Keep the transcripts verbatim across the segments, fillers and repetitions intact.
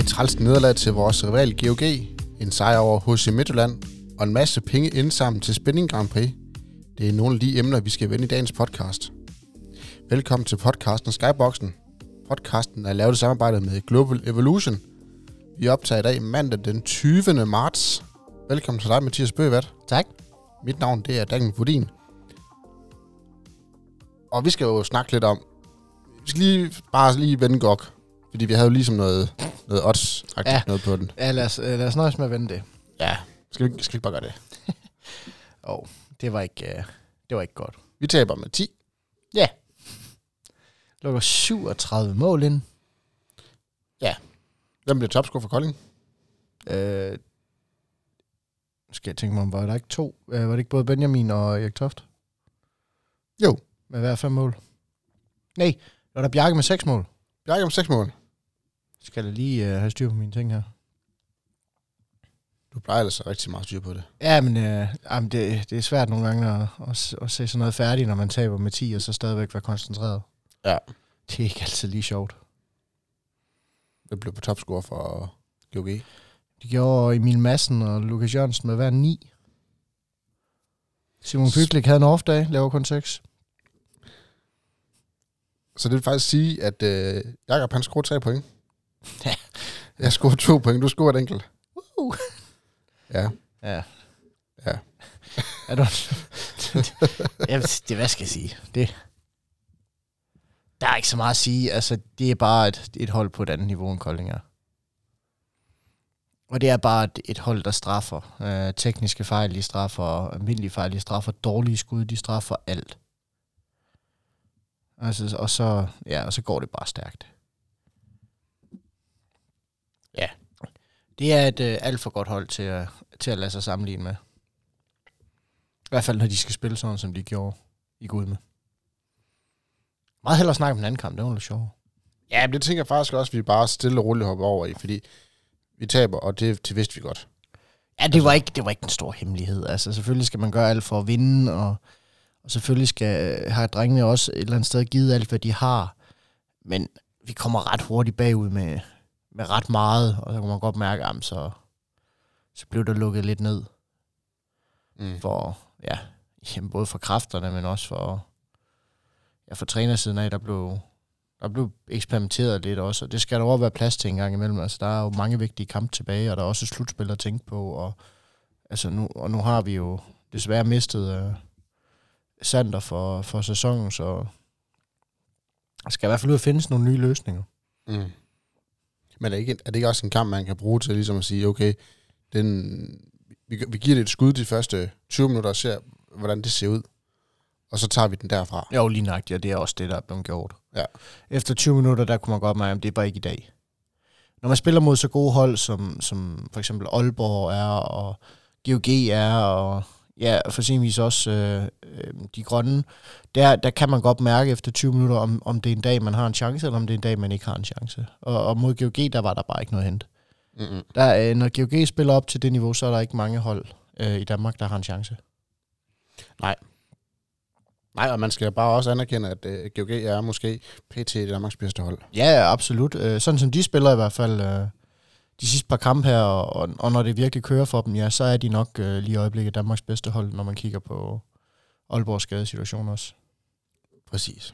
træls nederlag til vores rival G O G, en sejr over H C Midtjylland og en masse penge indsamlet til Spinning Grand Prix. Det er nogle af de emner, vi skal vende i dagens podcast. Velkommen til podcasten Skyboxen. Podcasten er lavet i samarbejde med Global Evolution. Vi optager i dag mandag den tyvende marts. Velkommen til dig, Mathias Bøgevat. Tak. Mit navn det er Daniel Budin. Og vi skal jo snakke lidt om, vi skal lige, bare lige vende G O G, fordi vi havde jo ligesom noget, noget odds-agtigt ja. noget på den. Ja, lad os, lad os nøjes med at vende det. Ja, skal vi, skal vi ikke bare gøre det? Åh, oh, det var ikke, uh, det var ikke godt. Vi taber med ti. Ja. Lukker syvogtredive mål ind. Ja. Hvem bliver topscorer for Kolding? Øh, skal jeg tænke mig om, var der ikke to? Uh, var det ikke både Benjamin og Erik Toft? Jo. Med hver fem mål? Nej, var der Bjarke med seks mål. Bjarke med seks mål. Skal jeg lige uh, have styr på mine ting her? Du plejer altså rigtig meget styr på det. Ja, men uh, jamen det, det er svært nogle gange at, at, at se sådan noget færdigt, når man taber med ti, og så stadigvæk være koncentreret. Ja. Det er ikke altid lige sjovt. Hvem blev på topscorer for G O G? De gjorde Emil Madsen og Lukas Jørgensen med hver ni. Simon Pyglik havde en off-dag, laver kun seks. Så det vil faktisk sige, at øh, Jakob han scorede tre point. Ja. Jeg scorede to point, du scorede et enkelt. Uh. Ja. Ja. Ja. Er du... jeg, det, hvad skal jeg sige? Det... Der er ikke så meget at sige. Altså, det er bare et, et hold på et andet niveau end Kolding er. Og det er bare et, et hold, der straffer. Øh, tekniske fejl, de straffer. Almindelige fejl, de straffer. Dårlige skud, de straffer alt. Altså, og, så, ja, og så går det bare stærkt. Ja. Det er et øh, alt for godt hold til at, til at lade sig sammenligne med. I hvert fald, når de skal spille sådan, som de gjorde i Gud med. Meget hellere snakke om den anden kamp, det var lidt sjovt. Ja, men det tænker jeg faktisk også, at vi bare stille og roligt hopper over i, fordi vi taber, og det, det vidste vi godt. Ja, det var ikke, det var ikke en stor hemmelighed. Altså, selvfølgelig skal man gøre alt for at vinde, og, og selvfølgelig skal have drengene også et eller andet sted givet alt, hvad de har. Men vi kommer ret hurtigt bagud med, med ret meget, og så kan man godt mærke, at så, så blev der lukket lidt ned. Mm. For, ja, jamen, både for kræfterne, men også for, ja, for trænersiden af, der blev, der blev eksperimenteret lidt også, og det skal der også være plads til en gang imellem. Altså, der er jo mange vigtige kampe tilbage, og der er også slutspil at tænke på, og, altså, nu, og nu har vi jo desværre mistet uh, Sander for, for sæsonen, så der skal i hvert fald ud at findes nogle nye løsninger. Mm. Men er det, ikke, er det ikke også en kamp, man kan bruge til ligesom at sige, okay, den, vi, vi giver det et skud de første tyve minutter og ser, hvordan det ser ud, og så tager vi den derfra. Jo, lige nøjagtigt, og det er også det, der er blevet gjort. Ja. Efter tyve minutter, der kunne man godt mærke, at det er bare ikke i dag. Når man spiller mod så gode hold, som, som for eksempel Aalborg er, og G O G er, og ja, for sin vis også øh, øh, de grønne, der, der kan man godt mærke efter tyve minutter, om, om det er en dag, man har en chance, eller om det er en dag, man ikke har en chance. Og, og mod G O G, der var der bare ikke noget hent. Mm-hmm. Der, øh, når G O G spiller op til det niveau, så er der ikke mange hold øh, i Danmark, der har en chance. Nej. Nej, og man skal bare også anerkende, at øh, G O G er måske P T Danmarks bedste hold. Ja, absolut. Øh, sådan som de spiller i hvert fald øh, de sidste par kampe her, og, og når det virkelig kører for dem, ja, så er de nok øh, lige i øjeblikket Danmarks bedste hold, når man kigger på Aalborgs skadesituation også. Præcis.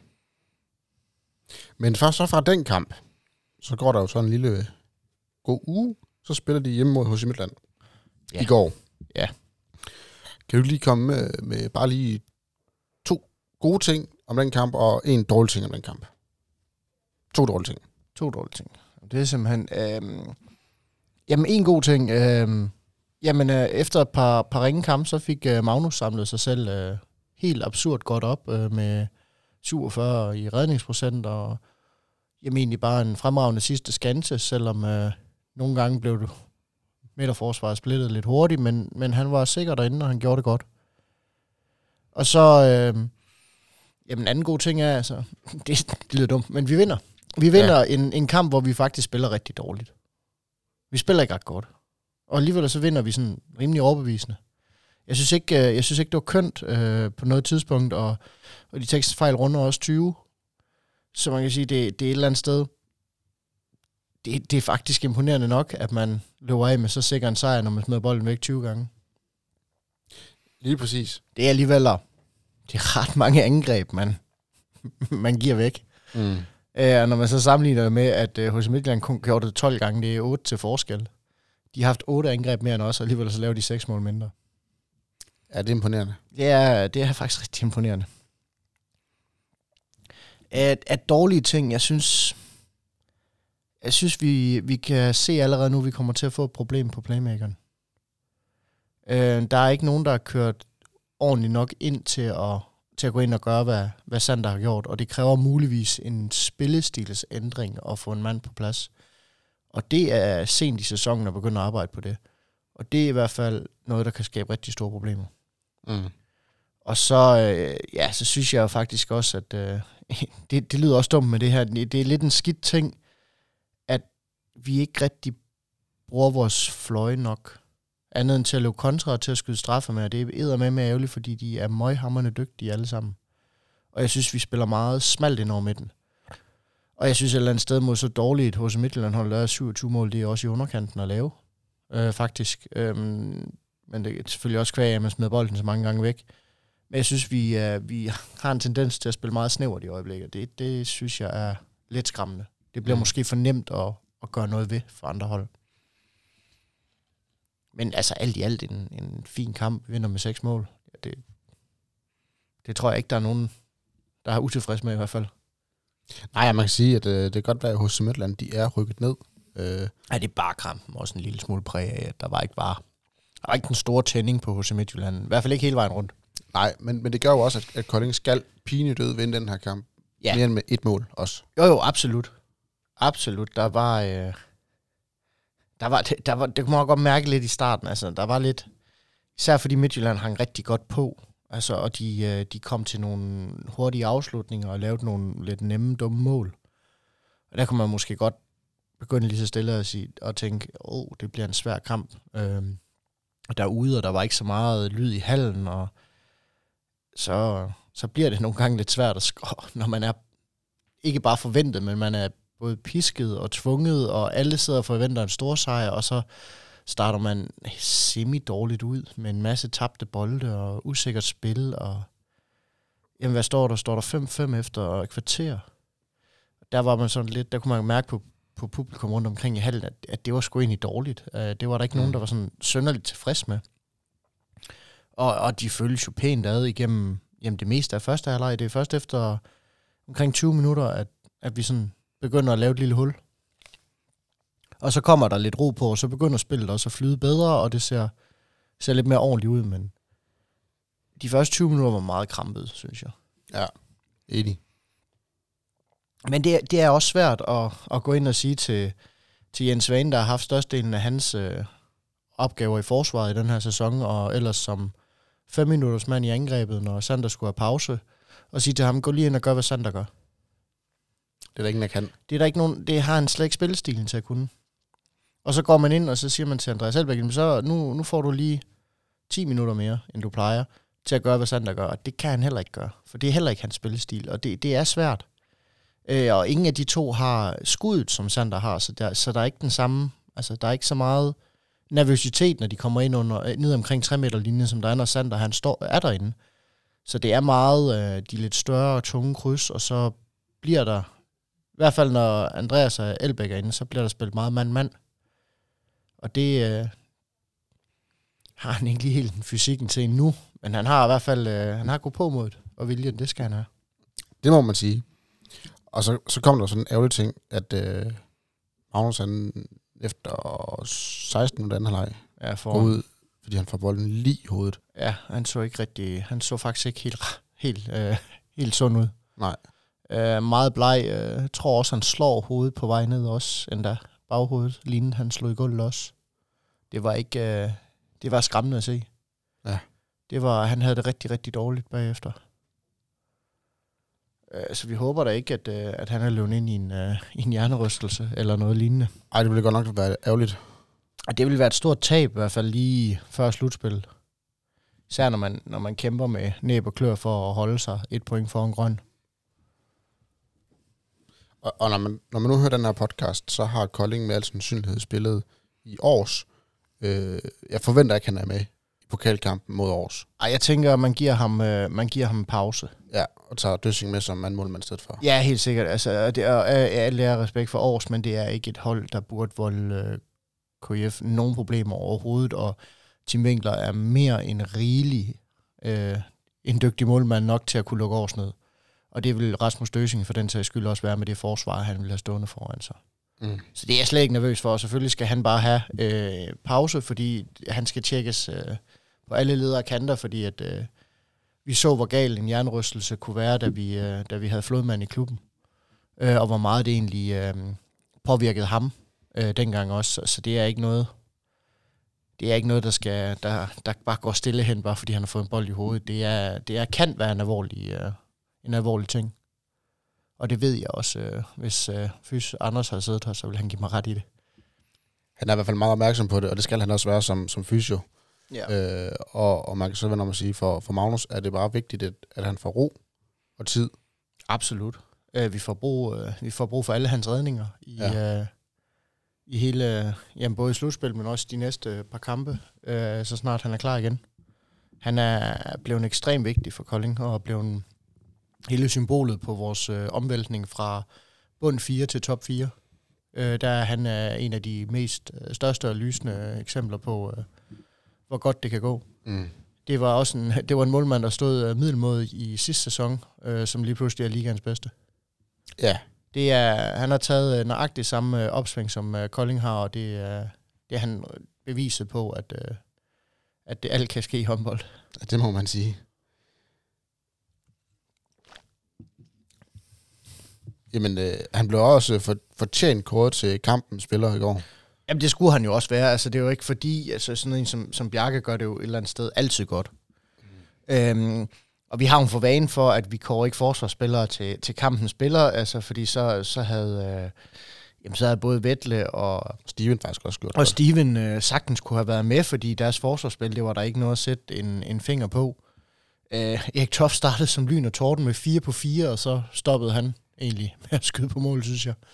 Men først så fra den kamp, så går der jo sådan en lille god uge, så spiller de hjemme mod H C Midtjylland ja. I går. Ja. Kan du lige komme med, med bare lige to gode ting om den kamp, og en dårlig ting om den kamp? To dårlige ting. To dårlige ting. Det er simpelthen... Øh, jamen, en god ting. Øh, jamen, øh, efter et par, par ringe kampe, så fik øh, Magnus samlet sig selv øh, helt absurd godt op øh, med syvogfyrre i redningsprocent, og jamen, egentlig bare en fremragende sidste skanse, selvom øh, nogle gange blev det midterforsvaret splittet lidt hurtigt, men, men han var sikker derinde, og han gjorde det godt. Og så... Øh, jamen, anden god ting er, altså... Det, det lyder dumt, men vi vinder. Vi vinder ja. en, en kamp, hvor vi faktisk spiller rigtig dårligt. Vi spiller ikke ret godt. Og alligevel så vinder vi sådan rimelig overbevisende. Jeg synes ikke, jeg synes ikke det var kønt øh, på noget tidspunkt, og, og de tekstfejl runder også tyve. Så man kan sige, det, det er et eller andet sted... det, det er faktisk imponerende nok, at man løber af med så sikker en sejr, når man smider bolden væk tyve gange. Lige præcis. Det er alligevel det er ret mange angreb, man, man giver væk. Mm. Øh, og når man så sammenligner med, at øh, H C Midtjylland kun gjorde det tolv gange, det er otte til forskel. De har haft otte angreb mere end os, og alligevel så laver de seks mål mindre. Ja, det er imponerende. Det er, det er faktisk rigtig imponerende. At, at dårlige ting, jeg synes, jeg synes vi, vi kan se allerede nu, at vi kommer til at få et problem på playmakeren. Øh, der er ikke nogen, der har kørt ordentligt nok ind til at, til at gå ind og gøre, hvad, hvad Sander har gjort, og det kræver muligvis en spillestilsændring at få en mand på plads. Og det er sent i sæsonen at begynde at arbejde på det. Og det er i hvert fald noget, der kan skabe rigtig store problemer. Mm. Og så, øh, ja, så synes jeg jo faktisk også, at øh, det, det lyder også dumt med det her. Det er lidt en skidt ting, at vi ikke rigtig bruger vores fløje nok. Andet end til at løbe kontra og til at skyde straffe med. Og det er eddermame med ærgerligt, fordi de er møghamrende dygtige alle sammen. Og jeg synes, vi spiller meget smalt ind over midten. Og jeg synes et eller andet sted mod så dårligt H C Midtjylland hold, der er syvogtyve mål, det er også i underkanten at lave, øh, faktisk. Øhm, men det er selvfølgelig også kvæg, at man smider bolden så mange gange væk. Men jeg synes, vi, øh, vi har en tendens til at spille meget snævert i øjeblikket. Det, det synes jeg er lidt skræmmende. Det bliver mm. måske for nemt at, at gøre noget ved for andre hold. Men altså alt i alt en, en fin kamp, vinder med seks mål. Det, det tror jeg ikke, der er nogen, der er utilfreds med i hvert fald. Nej, man kan sige, at øh, det kan godt være, at H C Midtjylland, de er rykket ned. Øh. Ja, det er bare kampen også en lille smule præg af, at der var ikke bare der var ikke den store tænding på H C Midtjylland. I hvert fald ikke hele vejen rundt. Nej, men, men det gør jo også, at, at Kolding skal pinedød vinde den her kamp. Ja. Mere end med et mål også. Jo, jo, absolut. Absolut. Der var... Øh, der var, der var det kunne man godt mærke lidt i starten. Altså, der var lidt... Især fordi Midtjylland hang rigtig godt på. Altså, og de, de kom til nogle hurtige afslutninger og lavede nogle lidt nemme, dumme mål. Og der kunne man måske godt begynde lige så stille at sige, og tænke, åh, oh, det bliver en svær kamp. Øhm, og derude, og der var ikke så meget lyd i hallen, og så, så bliver det nogle gange lidt svært at score, når man er ikke bare forventet, men man er både pisket og tvunget, og alle sidder og forventer en stor sejr, og så starter man semi-dårligt ud med en masse tabte bolde og usikkert spil. Og jamen, hvad står der? Står der fem fem efter et kvarter? Der var man sådan lidt, der kunne man mærke på, på publikum rundt omkring i hallen, at, at det var sgu egentlig dårligt. Uh, det var der ikke mm. nogen, der var sådan synderligt tilfreds med. Og, og de føltes jo pænt ad igennem jamen, det meste af første halvleg. Det er først efter omkring tyve minutter, at, at vi sådan begynder at lave et lille hul. Og så kommer der lidt ro på, og så begynder spillet også at flyde bedre, og det ser, ser lidt mere ordentligt ud, men de første tyve minutter var meget krampet, synes jeg. Ja, enig. Men det, det er også svært at, at gå ind og sige til, til Jens Svane, der har haft størstedelen af hans øh, opgaver i forsvaret i den her sæson, og ellers som fem minutters mand i angrebet, når Sander skulle have pause, og sige til ham, gå lige ind og gør, hvad Sander gør. Det er der ingen, der kan. Det er der ikke nogen, det har han slet ikke spillestilen til at kunne. Og så går man ind, og så siger man til Andreas Elbæk, så nu, nu får du lige ti minutter mere, end du plejer, til at gøre, hvad Sander gør. Og det kan han heller ikke gøre, for det er heller ikke hans spillestil, og det, det er svært. Øh, og ingen af de to har skuddet, som Sander har, så der, så der er ikke den samme, altså der er ikke så meget nervøsitet, når de kommer ind under, ned omkring tre meter linjen, som der er, når Sander han står, er derinde. Så det er meget øh, de lidt større og tunge kryds, og så bliver der, i hvert fald når Andreas og Elbæk er inde, så bliver der spillet meget mand-mand. Og det øh, har han ikke lige helt fysikken til endnu, men han har i hvert fald øh, han har gået på modet, og viljen, det skal han have. Det må man sige. Og så, så kom der sådan en ærgerlig ting, at øh, Magnus han efter seksten minutter anden halvleg ja, for... går ud, fordi han får bolden lige i hovedet. Ja, han så ikke rigtig, han så faktisk ikke helt, helt, øh, helt sund ud. Nej. Øh, meget bleg. Jeg øh, tror også, han slår hovedet på vej ned også, endda baghovedet, lignende han slog i gulvet også. Det var ikke, øh, det var skræmmende at se. Ja. Det var, han havde det rigtig, rigtig dårligt bagefter. Øh, så vi håber da ikke, at, øh, at han er løbet ind i en, øh, i en hjernerystelse eller noget lignende. Ej, det ville godt nok være ærgerligt. Og det ville være et stort tab, i hvert fald lige før slutspillet. Især når man, når man kæmper med næb og klør for at holde sig et point foran grøn. Og, og når, man, når man nu hører den her podcast, så har Kolding med al sandsynlighed spillet i Aars. Øh, jeg forventer ikke, at han er med i pokalkampen mod Aars. Ej, jeg tænker, at man giver ham, øh, man giver ham en pause. Ja, og tager Døssing med som mandmålmand i stedet for. Ja, helt sikkert. Altså, det er, alt er respekt for Aars, men det er ikke et hold, der burde volde øh, K F nogen problemer overhovedet, og Tim Winkler er mere end rigelig øh, en dygtig målmand nok til at kunne lukke Aars ned. Og det vil Rasmus Døssing for den sags skyld også være med det forsvar, han vil have stående foran sig. Mm. Så det er jeg slet ikke nervøs for. Selvfølgelig skal han bare have øh, pause, fordi han skal tjekkes øh, på alle ledere og kanter, fordi at, øh, vi så, hvor gal en jernrystelse kunne være, da vi, øh, da vi havde flodmand i klubben. Øh, og hvor meget det egentlig øh, påvirkede ham øh, dengang også. Så det er ikke noget, det er ikke noget, der, skal, der, der bare går stille hen, bare fordi han har fået en bold i hovedet. Det, er, det er, kan være en alvorlig, øh, en alvorlig ting. Og det ved jeg også, øh, hvis øh, Fys Anders havde siddet her, så vil han give mig ret i det. Han er i hvert fald meget opmærksom på det, og det skal han også være som, som fysio. Ja. Øh, og, og man kan så vende om at sige, for, for Magnus er det bare vigtigt, at, at han får ro og tid. Absolut. Øh, vi, får brug, øh, vi får brug for alle hans redninger i, ja. øh, i hele, jamen både i slutspil, men også de næste par kampe, øh, så snart han er klar igen. Han er blevet ekstremt vigtig for Kolding, og blevet hele symbolet på vores øh, omvæltning fra bund fire til top fire. Øh, der er han er en af de mest øh, største og lysende eksempler på, øh, hvor godt det kan gå. Mm. Det var også en, det var en målmand, der stod øh, middelmådig i sidste sæson, øh, som lige pludselig er ligaens bedste. Ja. Det er, han har taget øh, nøjagtigt samme øh, opsving, som øh, Kolding har, og det, øh, det er han beviset på, at, øh, at det alt kan ske i håndbold. Ja, det må man sige. Jamen, øh, han blev også for, fortjent kåret til kampen spiller i går. Jamen, det skulle han jo også være. Altså, det er jo ikke fordi, altså sådan en som, som Bjarke gør det jo et eller andet sted altid godt. Mm. Øhm, og vi har jo for vane for, at vi kårer ikke forsvarsspillere til, til kampens spillere, altså fordi så, så havde... Øh, Jamen, så havde både Vettle og... Steven faktisk også gjort Og Steven øh, sagtens kunne have været med, fordi deres forsvarsspil, det var der ikke noget at sætte en, en finger på. Øh, Erik Toft startede som lyn og torden med fire på fire, og så stoppede han egentlig med at skyde på mål, synes jeg.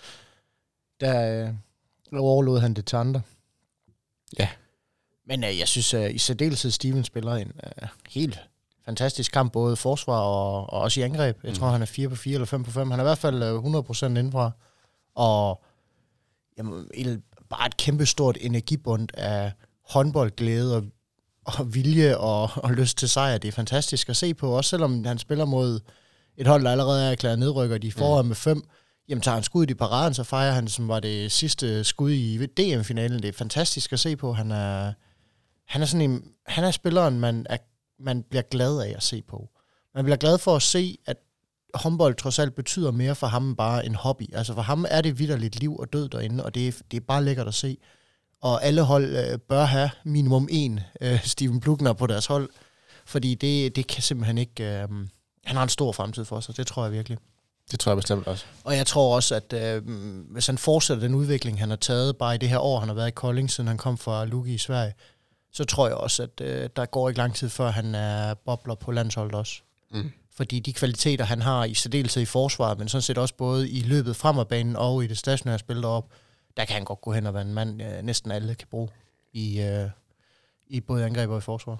Der øh, overlod han det til andre. Ja. Men øh, jeg synes, øh, i særdeleshed Steven spiller en øh, helt fantastisk kamp, både forsvar og, og også i angreb. Jeg mm. tror, han er fire på fire eller fem på fem. Han er i hvert fald øh, hundrede procent indenfra. Og jamen, bare et kæmpestort energibund af håndboldglæde og, og vilje og, og lyst til sejr. Det er fantastisk at se på, også selvom han spiller mod et hold, der allerede er erklæret nedrykker. De får mm. med fem. Jamen, tager han skud i paraden, så fejrer han, som var det sidste skud i D M-finalen. Det er fantastisk at se på. Han er, han er sådan en, han er spilleren, man, er, man bliver glad af at se på. Man bliver glad for at se, at håndbold trods alt betyder mere for ham end bare en hobby. Altså for ham er det vitterligt liv og død derinde, og det er, det er bare lækkert at se. Og alle hold øh, bør have minimum en øh, Steven Plugner på deres hold, fordi det, det kan simpelthen ikke... Øh, han har en stor fremtid for sig, det tror jeg virkelig. Det tror jeg bestemt også. Og jeg tror også, at øh, hvis han fortsætter den udvikling, han har taget bare i det her år, han har været i Kolding, siden han kom fra Lugi i Sverige, så tror jeg også, at øh, der går ikke lang tid, før han er bobler på landsholdet også. Mm. Fordi de kvaliteter, han har i særdeleshed i forsvaret, men sådan set også både i løbet frem af banen og i det stationære spil deroppe, der kan han godt gå hen og være en mand, øh, næsten alle kan bruge i, øh, i både angreb og i forsvar.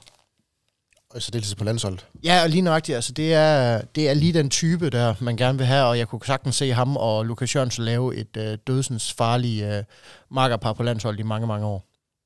Og i særdeleshed på landsholdet. Ja, og lige nøjagtigt. Altså, det, er, det er lige den type, der man gerne vil have, og jeg kunne sagtens se ham og Lukas Jørgensen lave et øh, dødsens farlige øh, markerpar på landsholdet i mange, mange år.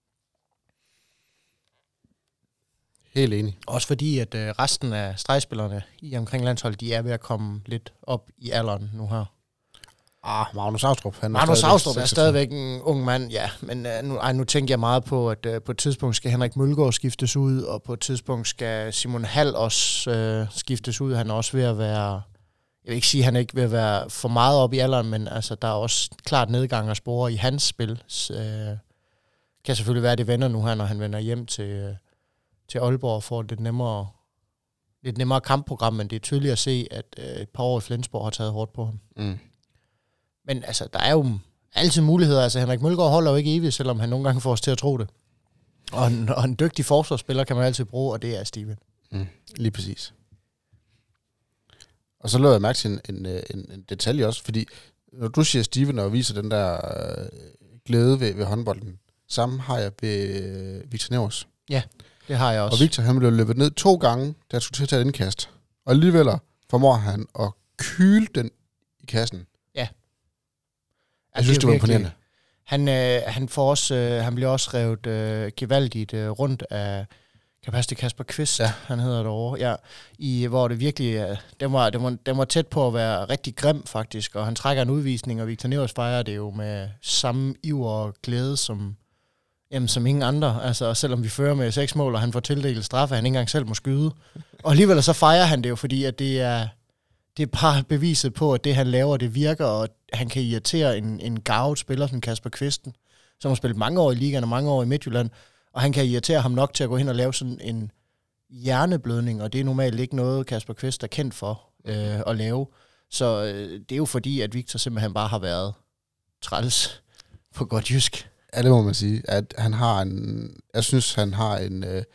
Helt enig. Også fordi, at øh, resten af stregspillerne i omkring landsholdet, de er ved at komme lidt op i alderen nu her. Ah, Magnus Austrup. Han Magnus Austrup er stadigvæk en ung mand, ja. Men øh, nu, ej, nu tænker jeg meget på, at øh, på et tidspunkt skal Henrik Mølgaard skiftes ud, og på et tidspunkt skal Simon Hall også øh, skiftes ud. Han er også ved at være... Jeg vil ikke sige, at han er ikke ved at være for meget op i alderen, men altså, der er også klart nedgang og spore i hans spil. Så, øh, kan selvfølgelig være, at det vender nu her, når han vender hjem til... Øh, til Aalborg og får et lidt nemmere, lidt nemmere kampprogram, men det er tydeligt at se, at øh, et par år i Flensborg har taget hårdt på ham. Mm. Men altså, der er jo altid muligheder. Altså, Henrik Mølgaard holder jo ikke evigt, selvom han nogle gange får os til at tro det. Og en, og en dygtig forsvarsspiller kan man altid bruge, og det er Steven. Mm. Lige præcis. Og så lød jeg mærke til en, en, en, en detalje også, fordi når du siger Steven og viser den der øh, glæde ved, ved håndbolden, samme har jeg ved øh, Victor Nevers. Ja, det har jeg også. Og Victor, han blev løbet ned to gange, da han skulle til at tage et indkast. Og alligevel formår han at kyle den i kassen. Ja. Jeg synes, det, det var virkelig imponerende. Han, øh, han, får også, øh, han bliver også revet øh, gevaldigt øh, rundt af, kan passe det Kasper Kvist, ja. Han hedder derovre, ja, i, hvor det virkelig, øh, den, var, den, var, den var tæt på at være rigtig grim faktisk, og han trækker en udvisning, og Victor Nevers fejrer det jo med samme iver og glæde som, jamen, som ingen andre, altså, og selvom vi fører med seks mål, og han får tildelt straffe, han ikke engang selv må skyde, og alligevel så fejrer han det jo, fordi at det er, det er bare beviset på, at det han laver, det virker, og han kan irritere en, en garvet spiller som Kasper Kvisten, som har spillet mange år i ligaen og mange år i Midtjylland, og han kan irritere ham nok til at gå hen og lave sådan en hjerneblødning, og det er normalt ikke noget, Kasper Kvist er kendt for øh, at lave. Så øh, det er jo fordi, at Victor simpelthen bare har været træls på godt jysk. Ja, det må man sige. At han har en, jeg synes, han har en, øh,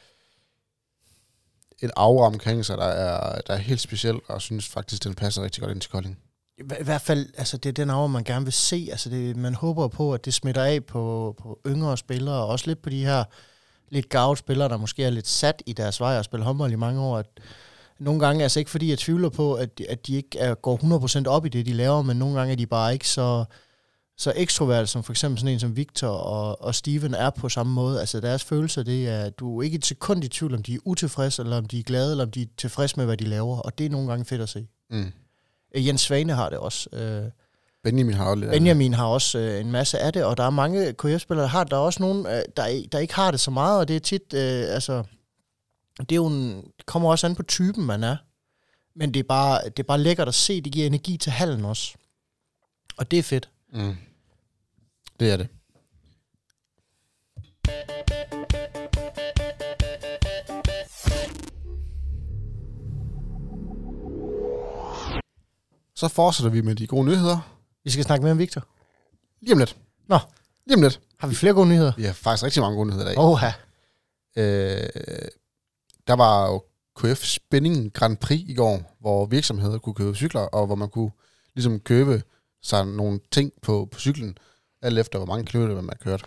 en aura omkring sig, der er, der er helt speciel, og jeg synes faktisk, den passer rigtig godt ind til Kolding. I, I hvert fald, altså det er den aura, man gerne vil se. Altså det, man håber på, at det smitter af på, på yngre spillere, og også lidt på de her lidt gavede spillere, der måske er lidt sat i deres vej og spille håndbold i mange år. At nogle gange, altså ikke fordi jeg tvivler på, at de, at de ikke er, går hundrede procent op i det, de laver, men nogle gange er de bare ikke så, så ekstroverte, som for eksempel sådan en som Victor og, og Steven er på samme måde. Altså deres følelser, det er, du er ikke et sekund i tvivl, om de er utilfredse, eller om de er glade, eller om de er tilfredse med, hvad de laver, og det er nogle gange fedt at se. Mm. Jens Svane har det også. Benjamin har også lidt Benjamin har også øh, en masse af det, og der er mange K F-spillere, der har der er også nogen, øh, der, der ikke har det så meget, og det er tit, øh, altså, det er jo en, det kommer også an på typen, man er, men det er bare, det er bare lækkert at se, det giver energi til hallen også, og det er fedt. Mm. Det er det. Så fortsætter vi med de gode nyheder. Vi skal snakke mere om Victor. Lige om lidt. Nå. Lige om lidt. Har vi flere gode nyheder? Vi har faktisk rigtig mange gode nyheder i dag. Oha. Øh, der var jo K F Spænding Grand Prix i går, hvor virksomheder kunne købe cykler, og hvor man kunne ligesom købe sig nogle ting på, på cyklen, alt efter hvor mange kilometer man har kørt.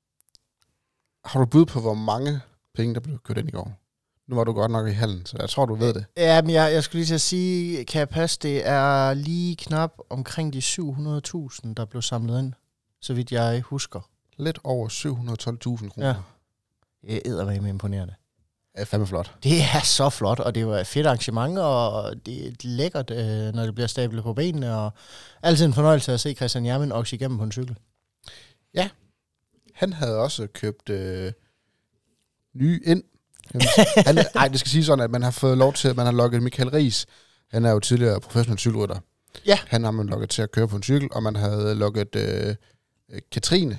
Har du bud på, hvor mange penge, der blev kørt ind i går? Nu var du godt nok i hallen, så jeg tror, du ved det. Ja, men jeg, jeg skulle lige til at sige, kan jeg passe, det er lige knap omkring de syv hundrede tusind, der blev samlet ind, så vidt jeg husker. Lidt over syv hundrede og tolv tusind kroner. Ja. Det er eddermame imponerende. Det er fandme flot. Det er så flot, og det var et fedt arrangement, og det er lækkert, når det bliver stablet på benene, og altid en fornøjelse at se Christian Jermen okse igennem på en cykel. Ja, han havde også købt øh, nye ind. han, ej, det skal sige sådan, at man har fået lov til, at man har lukket Michael Ries. Han er jo tidligere professionel cykelrytter. Ja. Han har man lukket til at køre på en cykel, og man havde lukket øh, Katrine,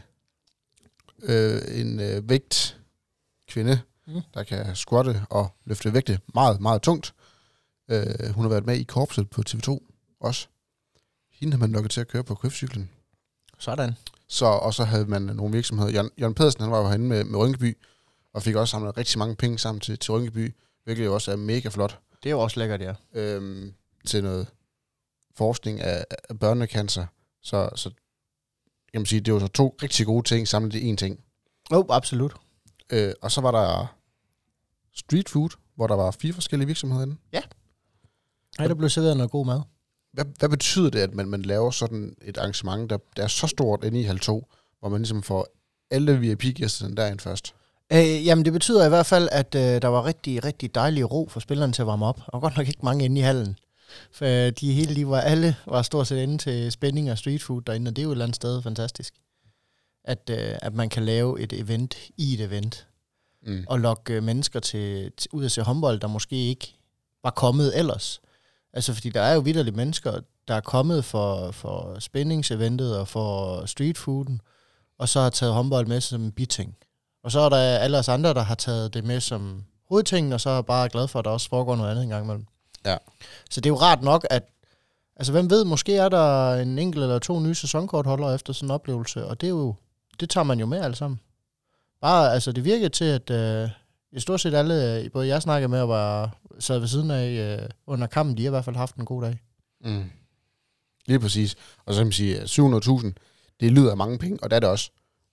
øh, en øh, vægt kvinde, mm. der kan squatte og løfte vægte meget, meget tungt. Øh, hun har været med i korpset på T V to også. Hende har man lukket til at køre på K F-cyklen. Sådan. Så, og så havde man nogle virksomheder. Jørgen, Jørgen Pedersen, han var jo herinde med, med Rynkeby, og fik også samlet rigtig mange penge sammen til, til Rynkeby, hvilket jo også er mega flot. Det er jo også lækkert, ja. Øhm, til noget forskning af, af børnecancer. Så, så jeg må sige, det var så to rigtig gode ting samlet i én ting. Jo, oh, absolut. Øh, og så var der street food, hvor der var fire forskellige virksomheder inde. Ja. Ja, der blev serveret noget god mad. Hvad, hvad betyder det, at man, man laver sådan et arrangement, der, der er så stort inde i halv to, hvor man ligesom får alle V I P-gæsterne derind først? Øh, jamen, det betyder i hvert fald, at øh, der var rigtig, rigtig dejlig ro for spillerne til at varme op. Og godt nok ikke mange inde i hallen. For øh, de hele de var, alle var stort set inde til spænding og street food derinde, og det er jo et eller andet sted fantastisk. At, øh, at man kan lave et event i et event. Mm. Og lokke øh, mennesker til, til, ud at se håndbold, der måske ikke var kommet ellers. Altså, fordi der er jo vitterligt mennesker, der er kommet for, for spændingseventet og for streetfooden, og så har taget håndbold med som en biting. Og så er der alle os andre, der har taget det med som hovedtingen, og så er jeg bare glad for, at der også foregår noget andet en gang imellem. Ja. Så det er jo rart nok, at, altså hvem ved, måske er der en enkelt eller to nye sæsonkortholdere efter sådan en oplevelse, og det er jo, det tager man jo med alle sammen. Bare, altså det virker til, at øh, i stort set alle, både jeg snakkede med og var sad ved siden af øh, under kampen, de har i hvert fald haft en god dag. Mm. Lige præcis. Og så kan man sige, at syv hundrede tusind, det lyder af mange penge, og det er det også.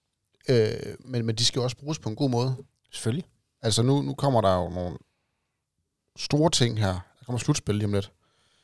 Øh, men, men de skal jo også bruges på en god måde. Selvfølgelig. Altså nu, nu kommer der jo nogle store ting her. Der kommer slutspil lige om lidt.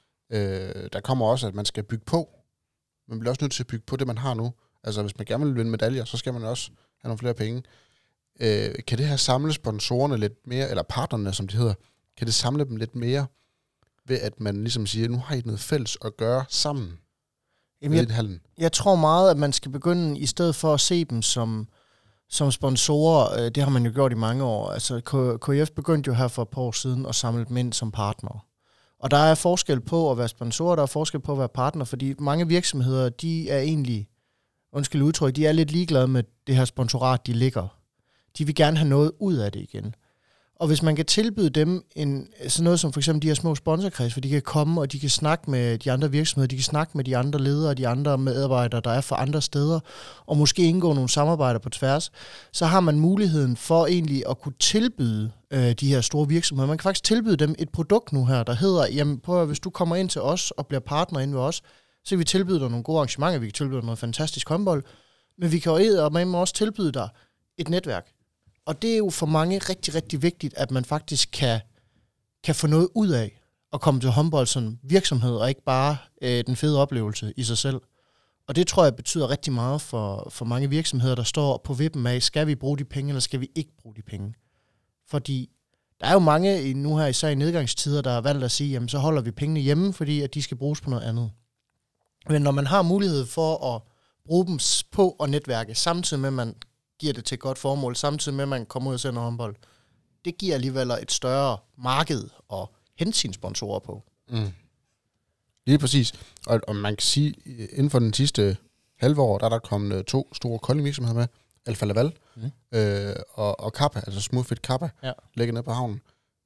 Øh, der kommer også, at man skal bygge på. Man bliver også nødt til at bygge på det, man har nu. Altså hvis man gerne vil vinde medaljer, så skal man også have nogle flere penge. Øh, kan det her samle sponsorerne lidt mere, eller partnerne, som de hedder, kan det samle dem lidt mere, ved at man ligesom siger, nu har I noget fælles at gøre sammen? Jamen, jeg, jeg tror meget, at man skal begynde, i stedet for at se dem som, som sponsorer, øh, det har man jo gjort i mange år. Altså K I F begyndte jo her for et par år siden at samle dem ind som partnere. Og der er forskel på at være sponsorer, der er forskel på at være partner, fordi mange virksomheder, de er egentlig, undskyld udtryk, de er lidt ligeglade med det her sponsorat, de ligger. De vil gerne have noget ud af det igen. Og hvis man kan tilbyde dem en, sådan noget som for eksempel de her små sponsorkreds, hvor de kan komme, og de kan snakke med de andre virksomheder, de kan snakke med de andre ledere, de andre medarbejdere, der er fra andre steder, og måske indgå nogle samarbejder på tværs, så har man muligheden for egentlig at kunne tilbyde øh, de her store virksomheder. Man kan faktisk tilbyde dem et produkt nu her, der hedder, jamen prøv at, hvis du kommer ind til os og bliver partner inde ved os, så kan vi tilbyde dig nogle gode arrangementer, vi kan tilbyde dig noget fantastisk håndbold, men vi kan jo også tilbyde dig et netværk. Og det er jo for mange rigtig, rigtig vigtigt, at man faktisk kan, kan få noget ud af at komme til håndbold som virksomhed, og ikke bare øh, den fede oplevelse i sig selv. Og det tror jeg betyder rigtig meget for, for mange virksomheder, der står på vippen af, skal vi bruge de penge, eller skal vi ikke bruge de penge? Fordi der er jo mange nu her, især i nedgangstider, der har valgt at sige, jamen så holder vi pengene hjemme, fordi at de skal bruges på noget andet. Men når man har mulighed for at bruge dem på og netværke, samtidig med, at man giver det til et godt formål, samtidig med, at man kommer ud og sender håndbold, det giver alligevel et større marked at hente sine sponsorer på. Mm. Lige præcis. Og, og man kan sige, inden for den sidste halve år, der er der kommet to store Kolding virksomheder med, Alfa Laval mm. øh, og, og Kappa, altså Smoothfit Kappa, ja. Ligger nede på havnen.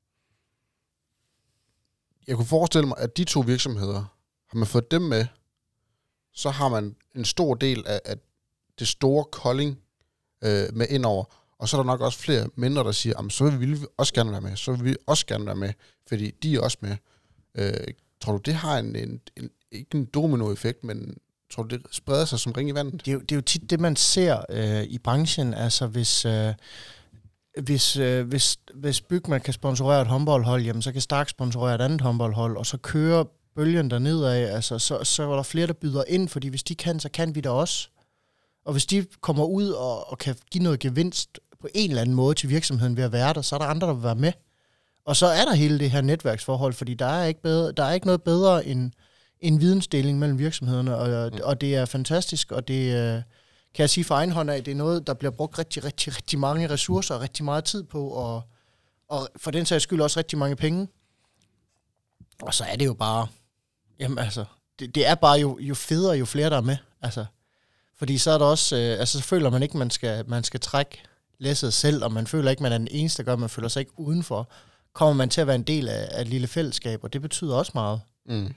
Jeg kunne forestille mig, at de to virksomheder, har man fået dem med, så har man en stor del af, af det store Kolding øh, med indover. Og så er der nok også flere mindre, der siger, så vil vi også gerne være med, så vil vi også gerne være med, fordi de er også med. Øh, tror du, det har en, en, en ikke en dominoeffekt, men tror du, det spreder sig som ring i vandet? Det er jo, det er jo tit det, man ser øh, i branchen. Altså, hvis, øh, hvis, øh, hvis, hvis Bygman kan sponsorere et håndboldhold, jamen, så kan Stark sponsorere et andet håndboldhold, og så kører bølgen dernedad. Altså, så, så er der flere, der byder ind, fordi hvis de kan, så kan vi da også. Og hvis de kommer ud og, og kan give noget gevinst på en eller anden måde til virksomheden ved at være der, så er der andre, der vil være med. Og så er der hele det her netværksforhold, fordi der er ikke, bedre, der er ikke noget bedre end en vidensdeling mellem virksomhederne, og, mm. og det er fantastisk, og det kan jeg sige for egen hånd af, det er noget, der bliver brugt rigtig, rigtig, rigtig mange ressourcer og rigtig meget tid på, og, og for den sags skyld også rigtig mange penge. Og så er det jo bare, jamen altså, det, det er bare jo, jo federe, jo flere der er med, altså. Fordi så er der også, øh, altså så føler man ikke, man skal, man skal trække læsset selv, og man føler ikke, man er den eneste, der gør, man føler sig ikke udenfor. Kommer man til at være en del af, af et lille fællesskab, og det betyder også meget. Mm.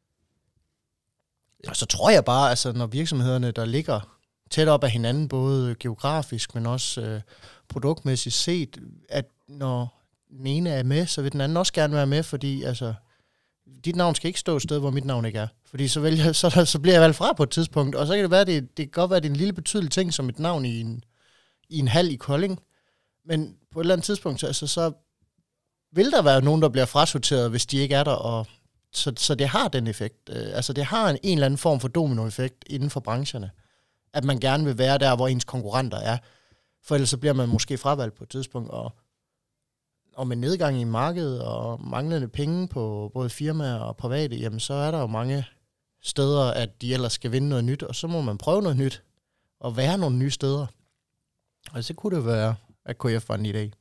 Og så tror jeg bare, altså når virksomhederne, der ligger tæt op af hinanden, både geografisk, men også øh, produktmæssigt set, at når den ene er med, så vil den anden også gerne være med, fordi altså, dit navn skal ikke stå et sted, hvor mit navn ikke er. Fordi så, vælger, så, så bliver jeg valgt fra på et tidspunkt, og så kan det være, det, det kan godt være, det er en lille betydelig ting, som et navn i en, i en hal i Kolding, men på et eller andet tidspunkt, altså, så vil der være nogen, der bliver frasorteret, hvis de ikke er der, og så, så det har den effekt. Altså det har en, en eller anden form for dominoeffekt inden for brancherne, at man gerne vil være der, hvor ens konkurrenter er, for ellers så bliver man måske fravalgt på et tidspunkt, og, og med nedgang i markedet og manglende penge på både firmaer og private, jamen så er der jo mange steder, at de ellers skal vinde noget nyt, og så må man prøve noget nyt, og være nogle nye steder. Og så kunne det være, at K F var en idé.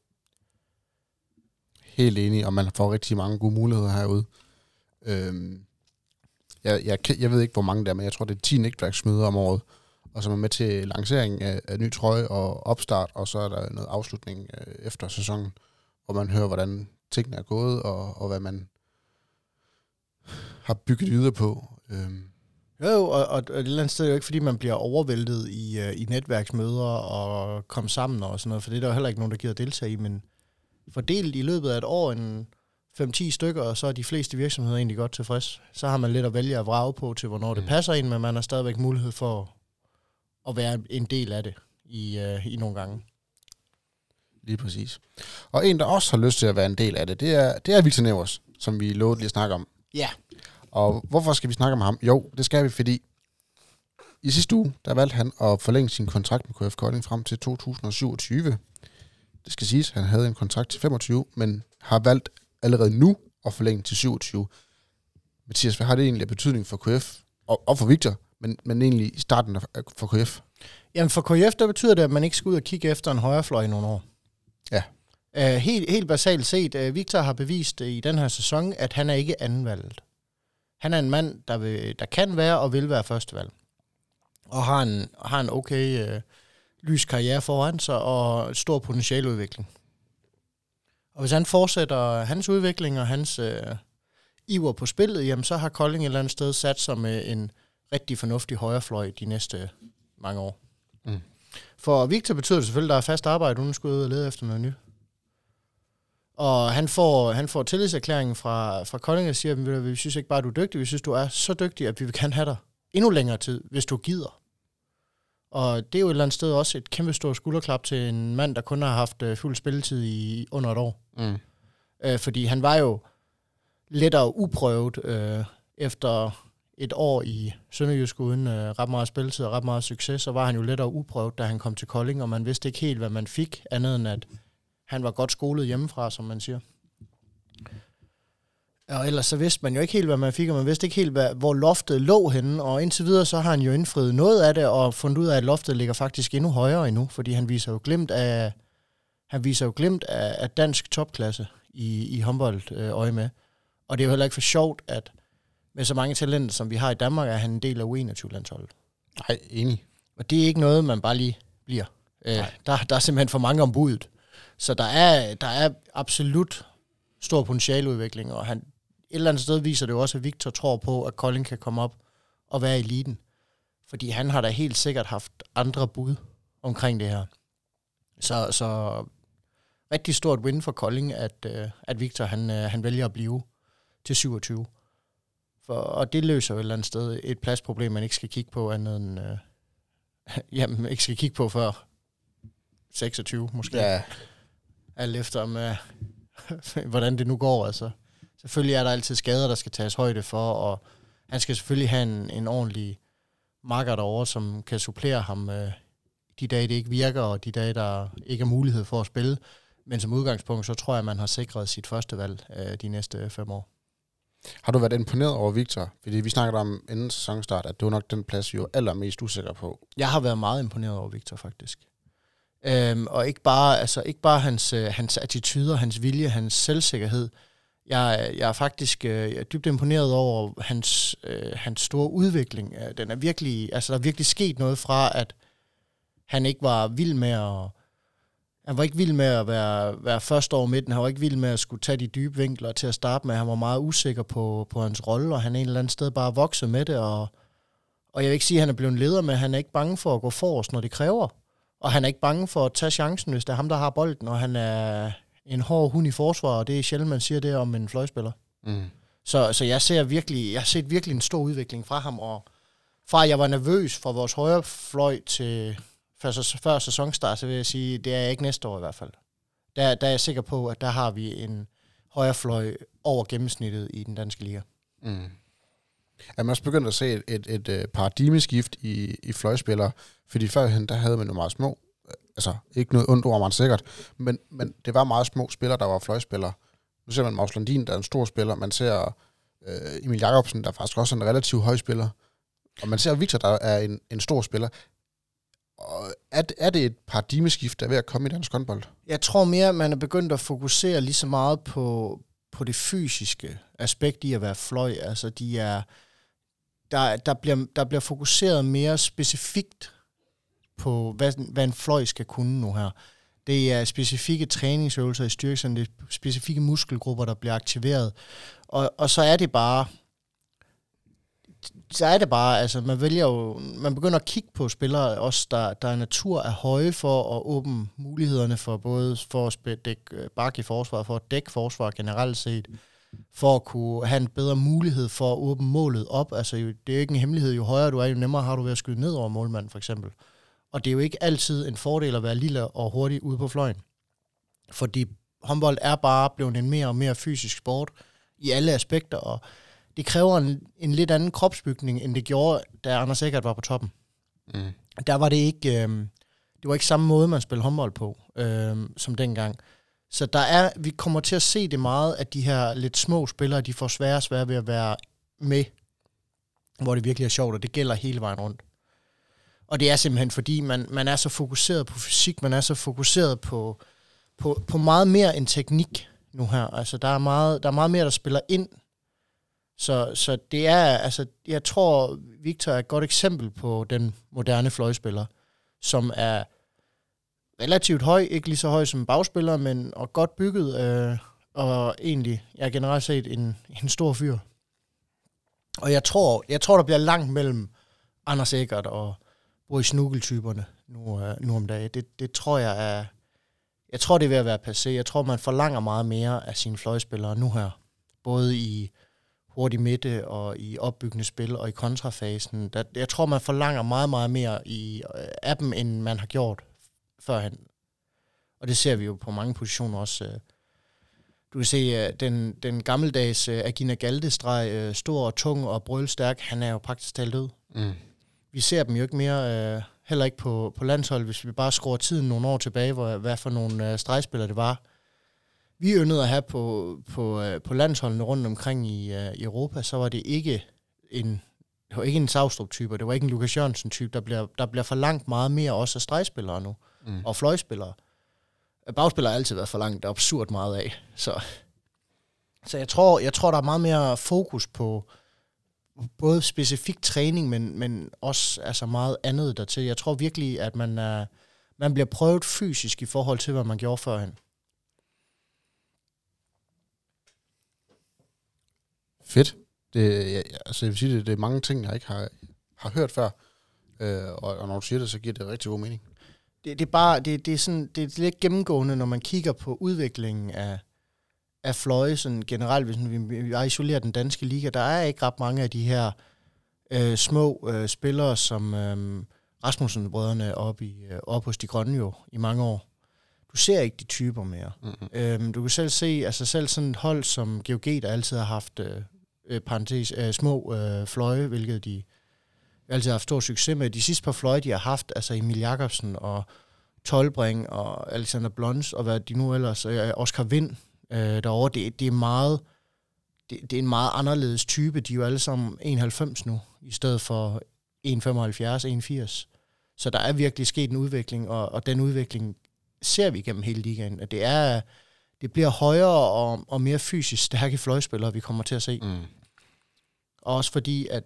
Helt enig, og man får rigtig mange gode muligheder herude. Øhm, jeg, jeg, jeg ved ikke, hvor mange der er, men jeg tror, det er ti netværksmøder om året, og så er man med til lancering af, af ny trøje og opstart, og så er der noget afslutning øh, efter sæsonen, hvor man hører, hvordan tingene er gået, og, og hvad man har bygget videre på. Øhm. Jo, og, og et eller andet sted er det jo ikke, fordi man bliver overvældet i, uh, i netværksmøder og komme sammen og sådan noget, for det er der jo heller ikke nogen, der gider deltage i, men fordelt i løbet af et år en fem ti stykker, og så er de fleste virksomheder egentlig godt tilfreds. Så har man lidt at vælge at vrage på til, hvornår mm. det passer ind, men man har stadigvæk mulighed for at være en del af det i, uh, i nogle gange. Lige præcis. Og en, der også har lyst til at være en del af det, det er, det er Victor Nevers, som vi lovede lige at snakke om. Ja. Og hvorfor skal vi snakke om ham? Jo, det skal vi, fordi i sidste uge, der valgte han at forlænge sin kontrakt med K F Kolding frem til to tusind og syvogtyve. Det skal siges, at han havde en kontrakt til femogtyve, men har valgt allerede nu at forlænge til syvogtyve. Mathias, hvad har det egentlig af betydning for K F og, og for Victor, men, men egentlig i starten for K F? Jamen for K F, der betyder det, at man ikke skal ud og kigge efter en højrefløj i nogle år. Ja. Uh, helt, helt basalt set, uh, Victor har bevist uh, i den her sæson, at han er ikke andenvalget. Han er en mand, der, vil, der kan være og vil være førstevalg. Og har en, har en okay uh, lys karriere foran sig og stor potentiale udvikling. Og hvis han fortsætter hans udvikling og hans uh, iver på spillet, jamen så har Kolding et eller andet sted sat sig med en rigtig fornuftig højrefløj de næste mange år. Mm. For Victor betyder det selvfølgelig, at der er fast arbejde, uden at skulle ud og lede efter noget nyt. Og han får, han får tillidserklæringen fra, fra Kolding og siger, at vi synes ikke bare, at du er dygtig, vi synes, du er så dygtig, at vi vil gerne have dig endnu længere tid, hvis du gider. Og det er jo et eller andet sted også et kæmpe stort skulderklap til en mand, der kun har haft uh, fuld spilletid i under et år. Mm. Uh, fordi han var jo lettere uprøvet uh, efter et år i Sønderjysk uden uh, ret meget spilletid og ret meget succes, så var han jo lettere uprøvet, da han kom til Kolding, og man vidste ikke helt, hvad man fik, andet end at han var godt skolet hjemmefra, som man siger. Og ellers så vidste man jo ikke helt, hvad man fik, og man vidste ikke helt, hvad, hvor loftet lå henne, og indtil videre så har han jo indfriet noget af det, og fundet ud af, at loftet ligger faktisk endnu højere endnu, fordi han viser jo glimt af, han viser jo glimt af, af dansk topklasse i, i håndbold øh, øje med. Og det er jo heller ikke for sjovt, at med så mange talenter, som vi har i Danmark, er han en del af U enogtyve-landsholdet. Nej, enig. Og det er ikke noget, man bare lige bliver. Øh, der, der er simpelthen for mange om budet. Så der er, der er absolut stor potentialeudvikling, og han, et eller andet sted viser det jo også, at Victor tror på, at Kolding kan komme op og være i eliten. Fordi han har da helt sikkert haft andre bud omkring det her. Så, så rigtig stort win for Kolding, at, at Victor han, han vælger at blive til syvogtyve. For, og det løser jo et eller andet sted et pladsproblem, man ikke skal kigge på andet end, øh, jamen, ikke skal kigge på før seksogtyve måske. Ja. Alt efter med, hvordan det nu går. Altså. Selvfølgelig er der altid skader, der skal tages højde for, og han skal selvfølgelig have en, en ordentlig marker derovre, som kan supplere ham øh, de dage, det ikke virker, og de dage, der ikke er mulighed for at spille. Men som udgangspunkt, så tror jeg, man har sikret sit første valg øh, de næste fem år. Har du været imponeret over Victor? Fordi vi snakkede om inden sæsonstart, at det var nok den plads, vi var allermest usikker på. Jeg har været meget imponeret over Victor, faktisk. Øhm, og ikke bare, altså, ikke bare hans, øh, hans attituder, hans vilje, hans selvsikkerhed. Jeg, jeg er faktisk øh, jeg er dybt imponeret over hans, øh, hans store udvikling. Den er virkelig, altså, der er virkelig sket noget fra, at han ikke var vild med at Han var ikke vild med at være, være første over midten. Han var ikke vild med at skulle tage de dybe vinkler til at starte med. Han var meget usikker på, på hans rolle, og han er en eller anden sted bare vokset med det. Og, og jeg vil ikke sige, at han er blevet leder, men han er ikke bange for at gå forrest, når det kræver. Og han er ikke bange for at tage chancen, hvis det er ham, der har bolden. Og han er en hård hund i forsvar, og det er sjældent, man siger det om en fløjspiller. Mm. Så, så jeg ser virkelig, jeg har set virkelig en stor udvikling fra ham. Og fra at jeg var nervøs for vores højre fløj til før, før sæsonstart, så vil jeg sige, det er jeg ikke næste år i hvert fald. Der, der er jeg sikker på, at der har vi en højre fløj over gennemsnittet i den danske liga. Mm. Er man også begyndt at se et, et, et paradigmeskift i, i fløjspillere? Fordi førhen, der havde man jo meget små, altså ikke noget ondt ord, man sikkert, men, men det var meget små spillere, der var fløjspillere. Nu ser man Maus Landin, der er en stor spiller. Man ser øh, Emil Jacobsen, der er faktisk også en relativt høj spiller. Og man ser Victor, der er en, en stor spiller. Og er, er det et paradigmeskift, der er ved at komme i dansk håndbold? Jeg tror mere, at man er begyndt at fokusere lige så meget på, på det fysiske aspekt i at være fløj. Altså, de er, der, der, bliver, der bliver fokuseret mere specifikt på, hvad, hvad en fløj skal kunne nu her. Det er specifikke træningsøvelser i styrkelsen, det er specifikke muskelgrupper, der bliver aktiveret. Og, og så er det bare... Så er det bare, altså man vælger jo, man begynder at kigge på spillere også, der, der er natur er høje for at åbne mulighederne for både for at dække bak i forsvaret, for at dække forsvaret generelt set. for at kunne have en bedre mulighed for at åbne målet op. Altså, det er jo ikke en hemmelighed. Jo højere du er, jo nemmere har du ved at skyde ned over målmanden, for eksempel. Og det er jo ikke altid en fordel at være lille og hurtig ude på fløjen. Fordi håndbold er bare blevet en mere og mere fysisk sport i alle aspekter, og det kræver en, en lidt anden kropsbygning, end det gjorde, da Anders Eggert var på toppen. Mm. Der var det ikke, øh, det var ikke samme måde, man spillede håndbold på, øh, som dengang. Så der er, vi kommer til at se det meget, at de her lidt små spillere, de får svære og svære ved at være med, hvor det virkelig er sjovt, og det gælder hele vejen rundt. Og det er simpelthen fordi, man, man er så fokuseret på fysik, man er så fokuseret på, på, på meget mere end teknik nu her. Altså, der er meget, der er meget mere, der spiller ind. Så, så det er, altså, jeg tror, Victor er et godt eksempel på den moderne fløjspiller, som er relativt høj, ikke lige så høj som bagspiller, men og godt bygget, øh, og egentlig, jeg er generelt set en, en stor fyr. Og jeg tror, jeg tror, der bliver langt mellem Anders Eggert og Boris Nugel-typerne nu, øh, nu om dagen. Det, det tror jeg er, jeg tror, det er ved at være passé. Jeg tror, man forlanger meget mere af sine fløjspillere nu her. Både i hurtig midte og i opbyggende spil og i kontrafasen. Der, jeg tror, man forlanger meget, meget mere i, øh, af dem, end man har gjort førhen. Og det ser vi jo på mange positioner også. Du kan se, den, den gammeldags Agina Galdestreg, stor og tung og brølstærk, han er jo praktisk talt død. Mm. Vi ser dem jo ikke mere, heller ikke på, på landshold, hvis vi bare skruer tiden nogle år tilbage, hvor, hvad for nogle stregspillere det var. Vi yndede at have på, på, på landsholdene rundt omkring i, i Europa, så var det ikke en, det var ikke en Savstrup-type, det var ikke en Lukas Jørgensen-type. Der bliver, der bliver forlangt meget mere også af stregspillere nu. Mm. Og fløjspillere. Bagspillere har altid været for langt absurd meget af. Så, så jeg, tror, jeg tror, der er meget mere fokus på både specifik træning, men, men også altså meget andet dertil. Jeg tror virkelig, at man, er, man bliver prøvet fysisk i forhold til, hvad man gjorde førhen. Fedt. Det, jeg, altså jeg vil sige, det, det er mange ting, jeg ikke har, har hørt før. Øh, og, og når du siger det, så giver det rigtig god mening. Det, det er bare, det, det er sådan, det er lidt gennemgående, når man kigger på udviklingen af, af fløje, sådan generelt, hvis vi, vi isolerer den danske liga, der er ikke ret mange af de her øh, små øh, spillere, som øh, Rasmussen-brødrene oppe i, øh, op hos de grønne jo, i mange år. Du ser ikke de typer mere. Mm-hmm. Øhm, du kan selv se, altså selv sådan et hold som G O G, der altid har haft øh, parentes, øh, små øh, fløje, hvilket de altid har haft stor succes med. De sidste par fløje, de har haft, altså Emil Jakobsen og Tolbring og Alexander Blons, og hvad de nu ellers, øh, Oscar Vind øh, derovre, det, det er meget, det, det er en meget anderledes type. De er jo alle sammen enoghalvfems nu, i stedet for en komma femoghalvfjerds, en komma firs. Så der er virkelig sket en udvikling, og, og den udvikling ser vi gennem hele ligaen, at det er, det bliver højere og, og mere fysisk stærke fløjspillere, vi kommer til at se. Mm. Og også fordi, at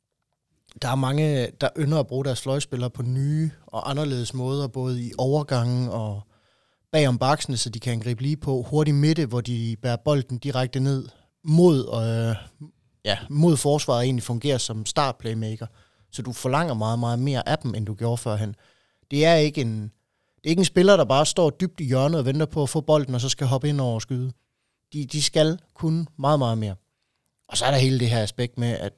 der er mange, der ynder at bruge deres fløjspillere på nye og anderledes måder, både i overgangen og bagom baksene, så de kan angribe lige på hurtig midte, hvor de bærer bolden direkte ned mod, øh, ja, mod forsvaret og egentlig fungerer som startplaymaker. Så du forlanger meget, meget mere af dem, end du gjorde førhen. Det er ikke en, det er ikke en spiller, der bare står dybt i hjørnet og venter på at få bolden, og så skal hoppe ind over og skyde. De, de skal kunne meget, meget mere. Og så er der hele det her aspekt med, at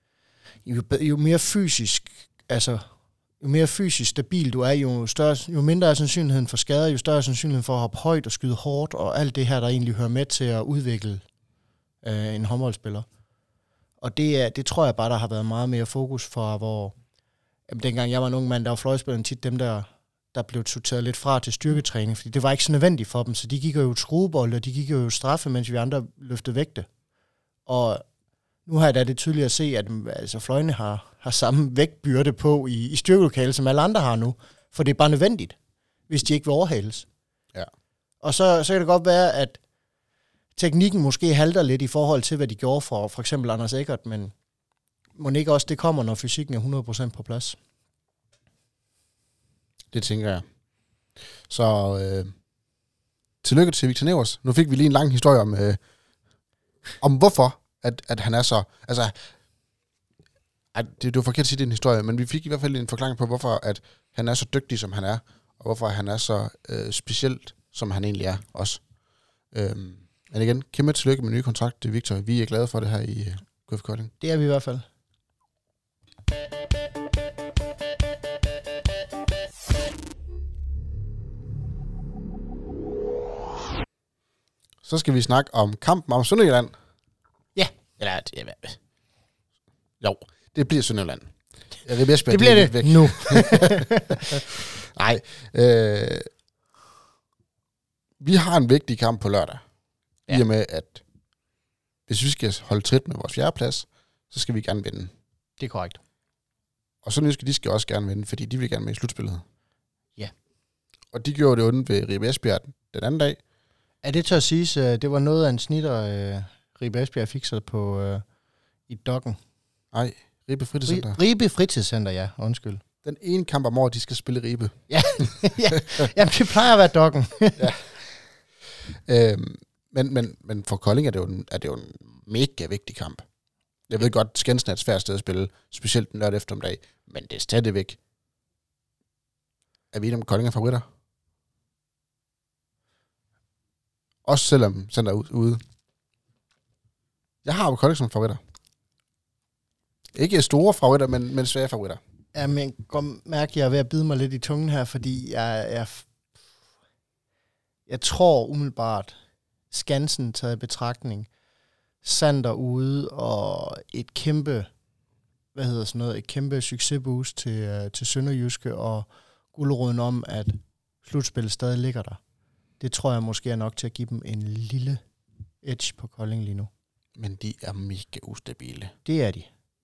jo, jo mere fysisk, altså jo mere fysisk stabil du er, jo, større, jo mindre er sandsynligheden for skader, jo større er sandsynligheden for at hoppe højt og skyde hårdt, og alt det her, der egentlig hører med til at udvikle øh, en håndboldspiller. Og det, er, det tror jeg bare, der har været meget mere fokus for, hvor jamen, dengang jeg var en ung mand, der var fløjspilleren tit dem, der, der blev sorteret lidt fra til styrketræning, fordi det var ikke så nødvendigt for dem, så de gik jo skruebold, og de gik jo straffe, mens vi andre løftede vægte. Og nu har jeg da det tydeligt at se, at altså, fløjene har, har samme vægtbyrde på i, i styrkelokalet, som alle andre har nu. For det er bare nødvendigt, hvis de ikke vil overhales. Ja. Og så, så kan det godt være, at teknikken måske halter lidt i forhold til, hvad de gjorde for for eksempel Anders Eggert, men må ikke også det kommer, når fysikken er hundrede procent på plads? Det tænker jeg. Så øh, tillykke til Victor Nevers. Nu fik vi lige en lang historie om, øh, om hvorfor At, at han er så, altså, at det, det var forkert at sige, det er en historie, men vi fik i hvert fald en forklaring på, hvorfor at han er så dygtig, som han er, og hvorfor han er så øh, specielt, som han egentlig er også. Øhm, Men igen, kæmpe tillykke med nye kontrakt til Victor. Vi er glade for det her i K F Kolding. Det er vi i hvert fald. Så skal vi snakke om kampen om Sønderjylland. Ja. Eller, ja, jo, det bliver Sønderjylland. Jeg vil det bliver det væk. Nu. Nej. Øh, vi har en vigtig kamp på lørdag. Ja. I og med, at hvis vi skal holde trit med vores fjerdeplads, så skal vi gerne vinde. Det er korrekt. Og Sønderjyske, de skal også gerne vinde, fordi de vil gerne med i slutspillet. Ja. Og de gjorde det ondt ved Ribe Esbjerg den anden dag. Er det til at sige, det var noget af en snitter, øh, Ribe Esbjerg fik sig på øh, i dokken? Nej, Ribe Fritidscenter. Ribe Fritidscenter, ja. Undskyld. Den ene kamp om året, de skal spille Ribe. ja, ja. Jamen, det plejer at være dokken. ja. Øhm, men, men, men for Kolding er det, jo en, er det jo en mega vigtig kamp. Jeg ved godt, Skansen er et svært sted at spille, specielt den lørdag eftermiddag, men det er stadigvæk. Er vi enige om, Kolding er favoritter? Også selvom Center er ude. Jeg har jo Kolding som favoritter. Ikke store favoritter, men, men svære favoritter. Ja, men jeg kan godt mærke, at jeg er ved at bide mig lidt i tungen her, fordi jeg, jeg, jeg tror umiddelbart, Skansen taget i betragtning, Sander ude og et kæmpe, hvad hedder sådan noget, et kæmpe succesboost til, til Sønderjyske og guleroden om, at slutspillet stadig ligger der. Det tror jeg måske er nok til at give dem en lille edge på Kolding lige nu. Men de er mega ustabile. Det er de.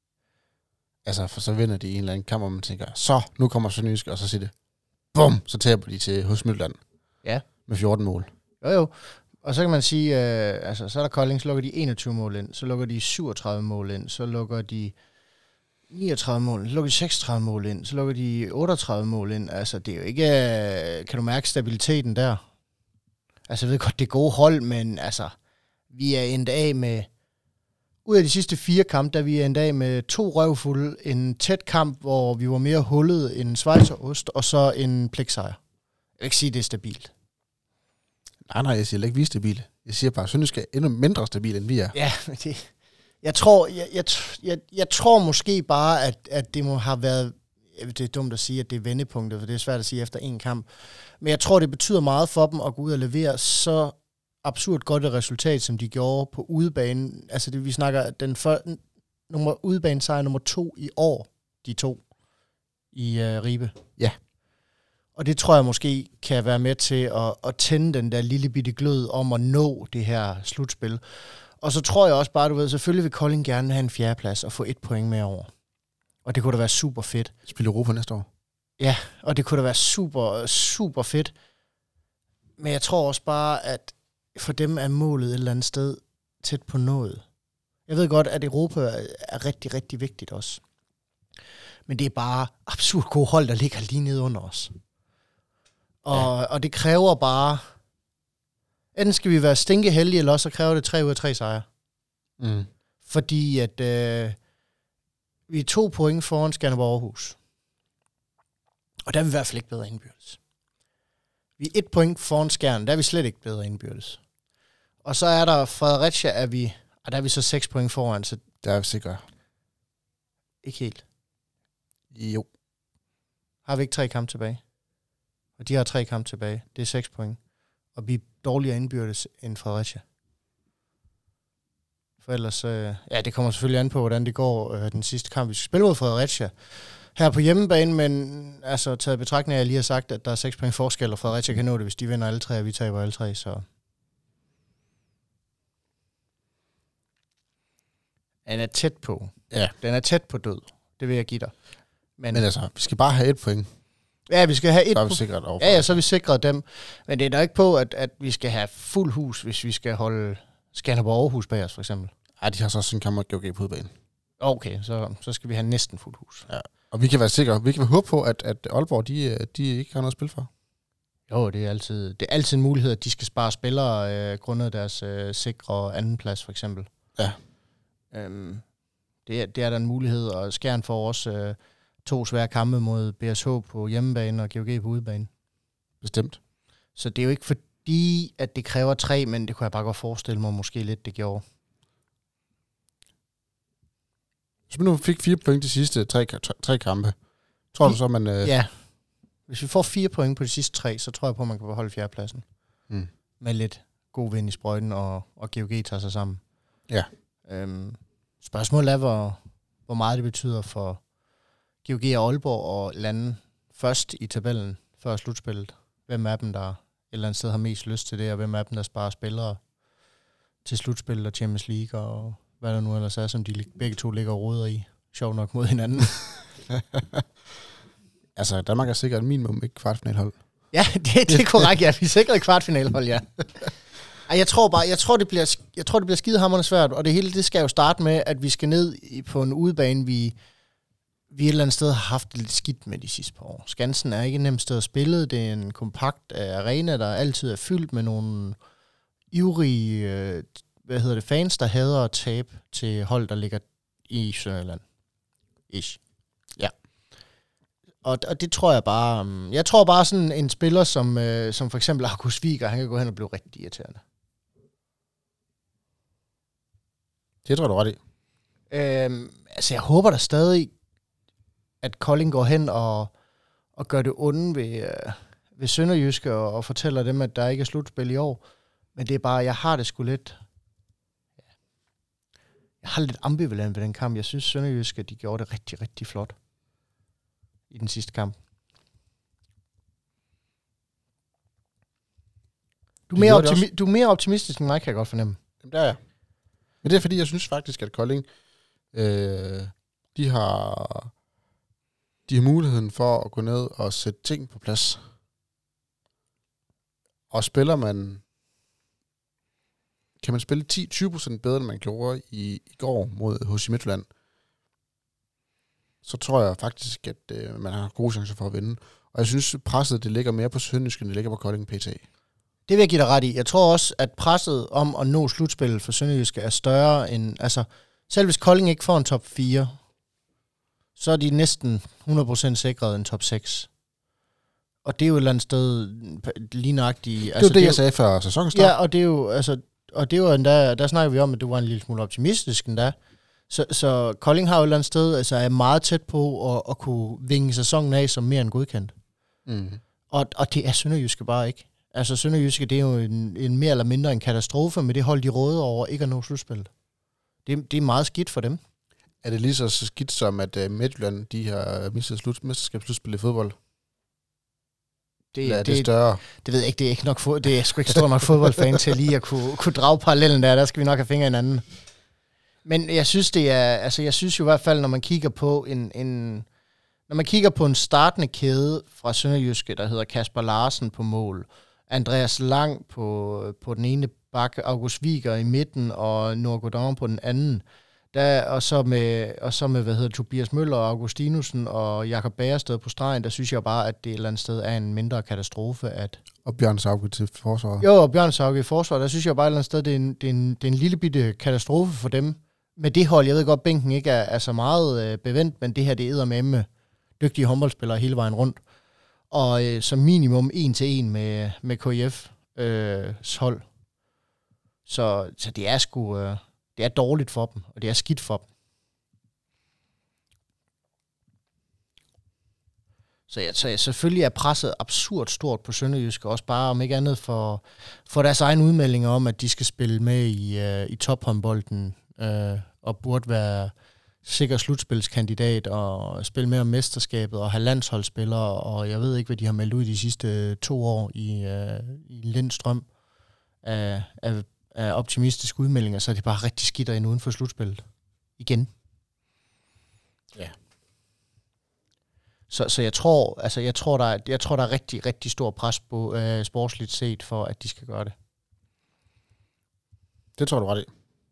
Altså, for så vinder de en eller anden kamp, og man tænker, så, nu kommer Sønderjyske, og så siger det, bum, så taber de til hos Midtjylland. Ja. Med fjorten mål. Jo, jo. Og så kan man sige, øh, altså, så er der Kolding, så lukker de enogtyve mål ind, så lukker de syvogtredive mål ind, så lukker de niogtredive mål ind, så lukker de seksogtredive mål ind, så lukker de otteogtredive mål ind. Altså, det er jo ikke, øh, kan du mærke stabiliteten der? Altså, jeg ved godt, det er gode hold, men altså, vi er endt af med, ud af de sidste fire kampe, der vi er endt af med to røvfulde, en tæt kamp, hvor vi var mere hullet end schweizerost, og så en pligtsejr. Jeg vil ikke sige, det er stabilt. Nej, nej, jeg siger ikke, vi er stabile. Jeg siger bare, at Sønderjyske er endnu mindre stabil, end vi er. Ja, det, jeg, tror, jeg, jeg, jeg, jeg tror måske bare, at, at det må have været, det er dumt at sige, at det er vendepunktet, for det er svært at sige efter en kamp, men jeg tror, det betyder meget for dem at gå ud og levere så absurd godt et resultat, som de gjorde på udebanen. Altså, det, vi snakker den for, nummer, udebanesejr nummer to i år, de to i uh, Ribe. Ja. Og det tror jeg måske kan være med til at, at tænde den der lille bitte glød om at nå det her slutspil. Og så tror jeg også bare, du ved, selvfølgelig vil Kolding gerne have en fjerdeplads og få et point med over. Og det kunne da være super fedt. Spille Europa næste år. Ja, og det kunne da være super, super fedt. Men jeg tror også bare, at for dem er målet et eller andet sted tæt på noget. Jeg ved godt, at Europa er rigtig, rigtig vigtigt også. Men det er bare absurd gode hold, der ligger lige nede under os. Og, ja. og det kræver bare, enten skal vi være stinkeheldige, eller også så kræver det tre ud af tre sejre. Mm. Fordi at øh, vi er to point foran Skanderborg Aarhus. Og der er vi i hvert fald ikke bedre indbyrdes. Vi er et point foran Skjern, der er vi slet ikke bedre indbyrdes. Og så er der Fredericia, er vi, og der er vi så seks point foran, så der er vi sikre. Ikke helt. Jo. Har vi ikke tre kampe tilbage? Og de har tre kampe tilbage. Det er seks point. Og vi er dårligere indbyrdes end Fredericia. For ellers, øh, ja, det kommer selvfølgelig an på, hvordan det går øh, den sidste kamp. Vi skal spille mod Fredericia her på hjemmebane, men altså taget betragtning af, at jeg lige har sagt, at der er seks point forskel, og Fredericia kan nå det, hvis de vinder alle tre, og vi taber alle tre, så... Den er tæt på. Ja. Den er tæt på død. Det vil jeg give dig. Men, men altså, vi skal bare have et point. Ja, vi skal have et. Så er vi sikret over. Ja, ja, så er vi sikret dem. Men det er da ikke på, at, at vi skal have fuld hus, hvis vi skal holde Skanderborg Aarhus bag os, for eksempel. Ja, de har så også en kammer G O G på udbanen. Okay, så, så skal vi have næsten fuld hus. Ja. Og vi kan være sikre, vi kan være håbe på, at, at Aalborg, de, de ikke har noget at spille for. Jo, det er altid, det er altid en mulighed, at de skal spare spillere øh, grundet deres øh, sikre andenplads, for eksempel. Ja. Øhm, det, er, det er der en mulighed, og Skjern får også øh, to svære kampe mod B S H på hjemmebane og G O G på udebane. Bestemt. Så det er jo ikke for, fordi, at det kræver tre, men det kunne jeg bare godt forestille mig måske lidt, det gjorde. Hvis man nu fik fire point de sidste tre, tre, tre kampe, tror du så, man... Øh... Ja. Hvis vi får fire point på de sidste tre, så tror jeg på, at man kan beholde fjerdepladsen. Mm. Med lidt god vind i sprøjten, og, og G O G tager sig sammen. Ja. Øhm, spørgsmålet er, hvor, hvor meget det betyder for G O G og Aalborg og lande først i tabellen før slutspillet. Hvem af dem, der et eller andet sted har mest lyst til det, og hvem af dem, der sparer spillere til slutspillet og Champions League, og hvad der nu ellers er, som de begge to ligger og roder i. Sjov nok mod hinanden. Altså, Danmark er sikkert minimum ikke kvartfinalhold. Ja, det, det er korrekt, ja. Vi er sikkert kvartfinalhold, ja. Ej, jeg tror bare, jeg tror, det bliver, jeg tror, det bliver skidehammerende svært, og det hele, det skal jo starte med, at vi skal ned på en udebane, vi, vi et eller andet sted har haft det lidt skidt med de sidste par år. Skansen er ikke et nemt sted at spille. Det er en kompakt arena, der altid er fyldt med nogle ivrige, hvad hedder det, fans, der hader at tabe til hold, der ligger i Sønderjylland. Ish. Ja. Og, og det tror jeg bare... Jeg tror bare sådan en spiller som, øh, som for eksempel August Wiger, han kan gå hen og blive rigtig irriterende. Det tror du ret i. Øhm, altså jeg håber da stadig, at Kolding går hen og, og gør det onde ved, øh, ved Sønderjyske og, og fortæller dem, at der ikke er slutspil i år. Men det er bare, jeg har det sgu lidt... Jeg har lidt ambivalent ved den kamp. Jeg synes, Sønderjyske, de gjorde det rigtig, rigtig flot i den sidste kamp. Du er, mere optimi- du er mere optimistisk end mig, kan jeg godt fornemme. Jamen, det er jeg. Men det er fordi, jeg synes faktisk, at Kolding, øh, de har de har muligheden for at gå ned og sætte ting på plads. Og spiller man, kan man spille ti til tyve procent bedre, end man gjorde i, i går mod H C Midtjylland, så tror jeg faktisk, at øh, man har gode chancer for at vinde. Og jeg synes, presset det ligger mere på Sønderjyske, end det ligger på Kolding P T. Det vil jeg give dig ret i. Jeg tror også, at presset om at nå slutspillet for Sønderjyske er større end... Altså, selv hvis Kolding ikke får en top fire, så er de næsten hundrede procent sikret en top seks. Og det er jo et eller andet sted lige nøjagtigt... Det er altså, jo det, det, jeg sagde før sæsonstart. Ja, og det er jo... Altså, og det er jo endda... Der snakker vi om, at det var en lille smule optimistisk endda. Så, så Kolding har jo et eller andet sted, altså er meget tæt på at, at kunne vinge sæsonen af som mere end godkendt. Mm. Og, og det er Sønderjyske bare ikke. Altså Sønderjyske, det er jo en, en mere eller mindre en katastrofe med det hold, de råder over ikke at nå slutspillet. Det, det er meget skidt for dem. Er det lige så skidt som, at uh, Midtjylland, de har mistet slut, mesterskabsslutspil i fodbold? Det, Eller er det, det større? Det ved jeg ikke, det er ikke nok fod, det er sgu ikke stor nok fodboldfan til lige at kunne, kunne drage parallellen der. Der skal vi nok have fingre i hinanden. Men jeg synes, det er, altså jeg synes jo i hvert fald, når man kigger på en, en når man kigger på en startende kæde fra Sønderjyske, der hedder Kasper Larsen på mål, Andreas Lang på, på den ene bakke, August Wiger i midten og Nordgård på den anden, der, og, så med, og så med, hvad hedder Tobias Møller og Augustinusen og Jakob Bagersted på stregen, der synes jeg bare, at det et eller andet sted er en mindre katastrofe. At og Bjørn Sauge til forsvaret. Jo, og Bjørn Sauge i forsvaret, der synes jeg bare et eller andet sted, det er en, det er en, det er en lille bitte katastrofe for dem. Med det hold, jeg ved godt, bænken ikke er, er så meget øh, bevendt, men det her, det æder med med dygtige håndboldspillere hele vejen rundt. Og øh, som minimum en til en med, med K I F's øh, hold. Så, så det er sgu, øh, det er dårligt for dem, og det er skidt for dem. Så, ja, så ja, selvfølgelig er presset absurd stort på Sønderjyske, også bare om ikke andet for, for deres egen udmeldinger om, at de skal spille med i, øh, i tophåndbolden, øh, og burde være sikker slutspilskandidat og spille med om mesterskabet og have landsholdsspillere, og jeg ved ikke, hvad de har meldt ud de sidste to år i, øh, i Lindstrøm af, af, af optimistiske udmeldinger, så er det bare rigtig skidt at ende uden for slutspillet. Igen. Ja. Så, så jeg tror, altså jeg tror, der er, jeg tror, der er rigtig, rigtig stor pres på øh, sportsligt set for, at de skal gøre det. Det tror du ret i.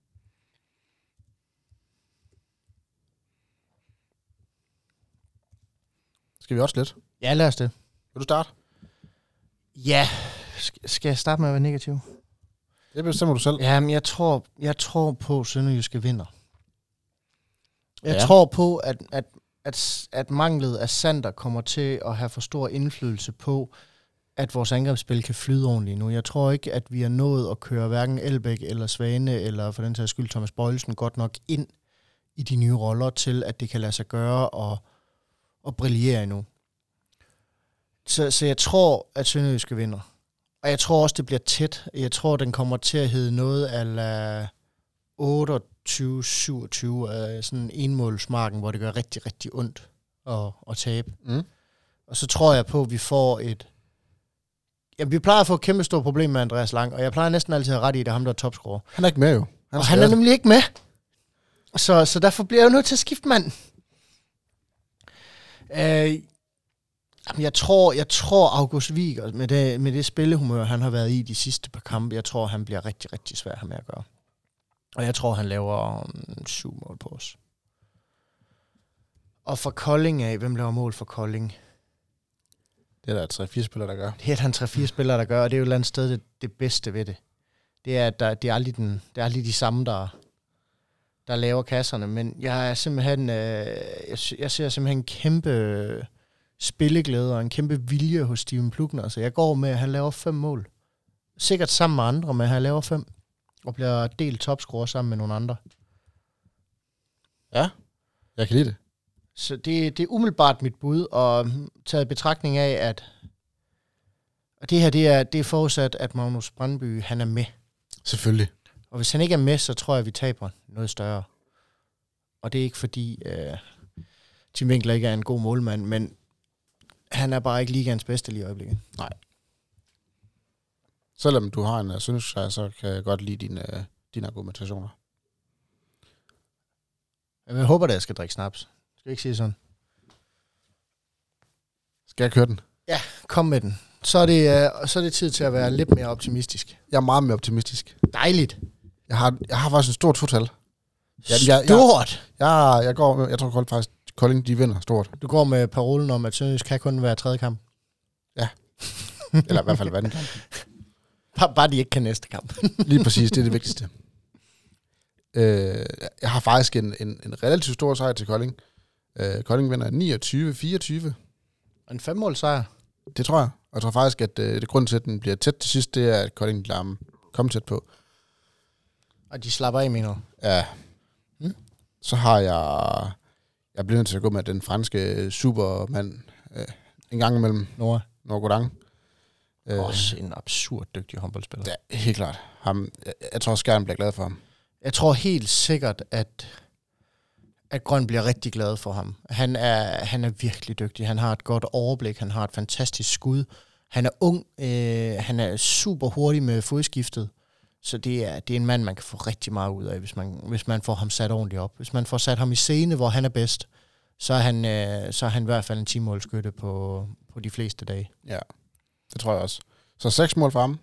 Skal vi også lidt? Ja, lad os det. Vil du starte? Ja. Skal jeg starte med at være negativ? Det bestemmer du selv. Jamen, jeg tror, jeg tror på, at Sønderjyske vinder. Jeg ja. tror på, at, at, at, at manglet af Sander kommer til at have for stor indflydelse på, at vores angrebsspil kan flyde ordentligt nu. Jeg tror ikke, at vi har nået at køre hverken Elbæk eller Svane, eller for den sags skyld Thomas Boilsen, godt nok ind i de nye roller til, at det kan lade sig gøre og, og brillere endnu. Så, så jeg tror, at Sønderjyske vinder. Og jeg tror også, det bliver tæt. Jeg tror, den kommer til at hedde noget af otteogtyve syvogtyve af sådan en enmålsmarken, hvor det gør rigtig, rigtig ondt at, at tabe. Mm. Og så tror jeg på, at vi får et... Ja, vi plejer at få et kæmpe stort problem med Andreas Lang, og jeg plejer næsten altid at have ret i, at det er ham, der er topscorer. Han er ikke med jo. Han og han er nemlig ikke med. Så, så derfor bliver jeg jo nødt til at skifte mand. Øh, jeg tror, jeg tror August Wiger, med det, med det spillehumør, han har været i de sidste par kampe, jeg tror, han bliver rigtig, rigtig svær med at gøre. Og jeg tror, han laver um, syv mål på os. Og for Kolding af, hvem laver mål for Kolding? Det er der tre fire spillere, der gør. Det er der en tre fire spillere, der gør, og det er jo et eller andet sted det, det bedste ved det. Det er, at der, det, er aldrig den, det er aldrig de samme, der, der laver kasserne. Men jeg er simpelthen, øh, jeg, jeg ser simpelthen en kæmpe spilleglæde og en kæmpe vilje hos Steven Plugner. Så jeg går med, at han laver fem mål. Sikkert sammen med andre, men han laver fem. Og bliver delt topscorer sammen med nogle andre. Ja, jeg kan lide det. Så det, det er umiddelbart mit bud, og taget betragtning af, at og det her det er, det er forudsat, at Magnus Brandby han er med. Selvfølgelig. Og hvis han ikke er med, så tror jeg, at vi taber noget større. Og det er ikke fordi, øh, Tim Winkler ikke er en god målmand, men han er bare ikke ligaens bedste lige i øjeblikket. Nej. Selvom du har en uh, synes, så kan jeg godt lide dine, uh, dine argumentationer. Jeg håber, at jeg skal drikke snaps. Skal jeg ikke sige sådan? Skal jeg køre den? Ja, kom med den. Så er det, uh, så er det tid til at være lidt mere optimistisk. Jeg er meget mere optimistisk. Dejligt. Jeg har, jeg har faktisk en stort total. Jeg, jeg, stort? Jeg, jeg, jeg, går, jeg tror faktisk, Kolding de vinder stort. Du går med parolen om, at Sønderjysk kan kun være tredje kamp? Ja. Eller i hvert fald anden kamp. Bare, bare de ikke kan næste kamp. Lige præcis, det er det vigtigste. Øh, jeg har faktisk en, en, en relativt stor sejr til Kolding. Øh, Kolding vinder niogtyve fireogtyve. En femmål sejr? Det tror jeg. Og jeg tror faktisk, at øh, det grund til, at den bliver tæt til sidst, det er, at Kolding lader komme tæt på. Og de slapper af, mener du? Ja. Hmm? Så har jeg... Jeg bliver nødt til at gå med den franske supermand øh, en gang imellem. Nora. Nora Godang. Også en absurd dygtig håndboldspiller. Ja, helt klart. Ham, jeg, jeg tror, Skjern bliver glad for ham. Jeg tror helt sikkert, at, at Grøn bliver rigtig glad for ham. Han er, han er virkelig dygtig. Han har et godt overblik. Han har et fantastisk skud. Han er ung. Øh, han er super hurtig med fodskiftet. Så det er, det er en mand, man kan få rigtig meget ud af, hvis man, hvis man får ham sat ordentligt op. Hvis man får sat ham i scene, hvor han er bedst, så er han, øh, så er han i hvert fald en ti-målskytte på, på de fleste dage. Ja, det tror jeg også. Så seks mål for ham.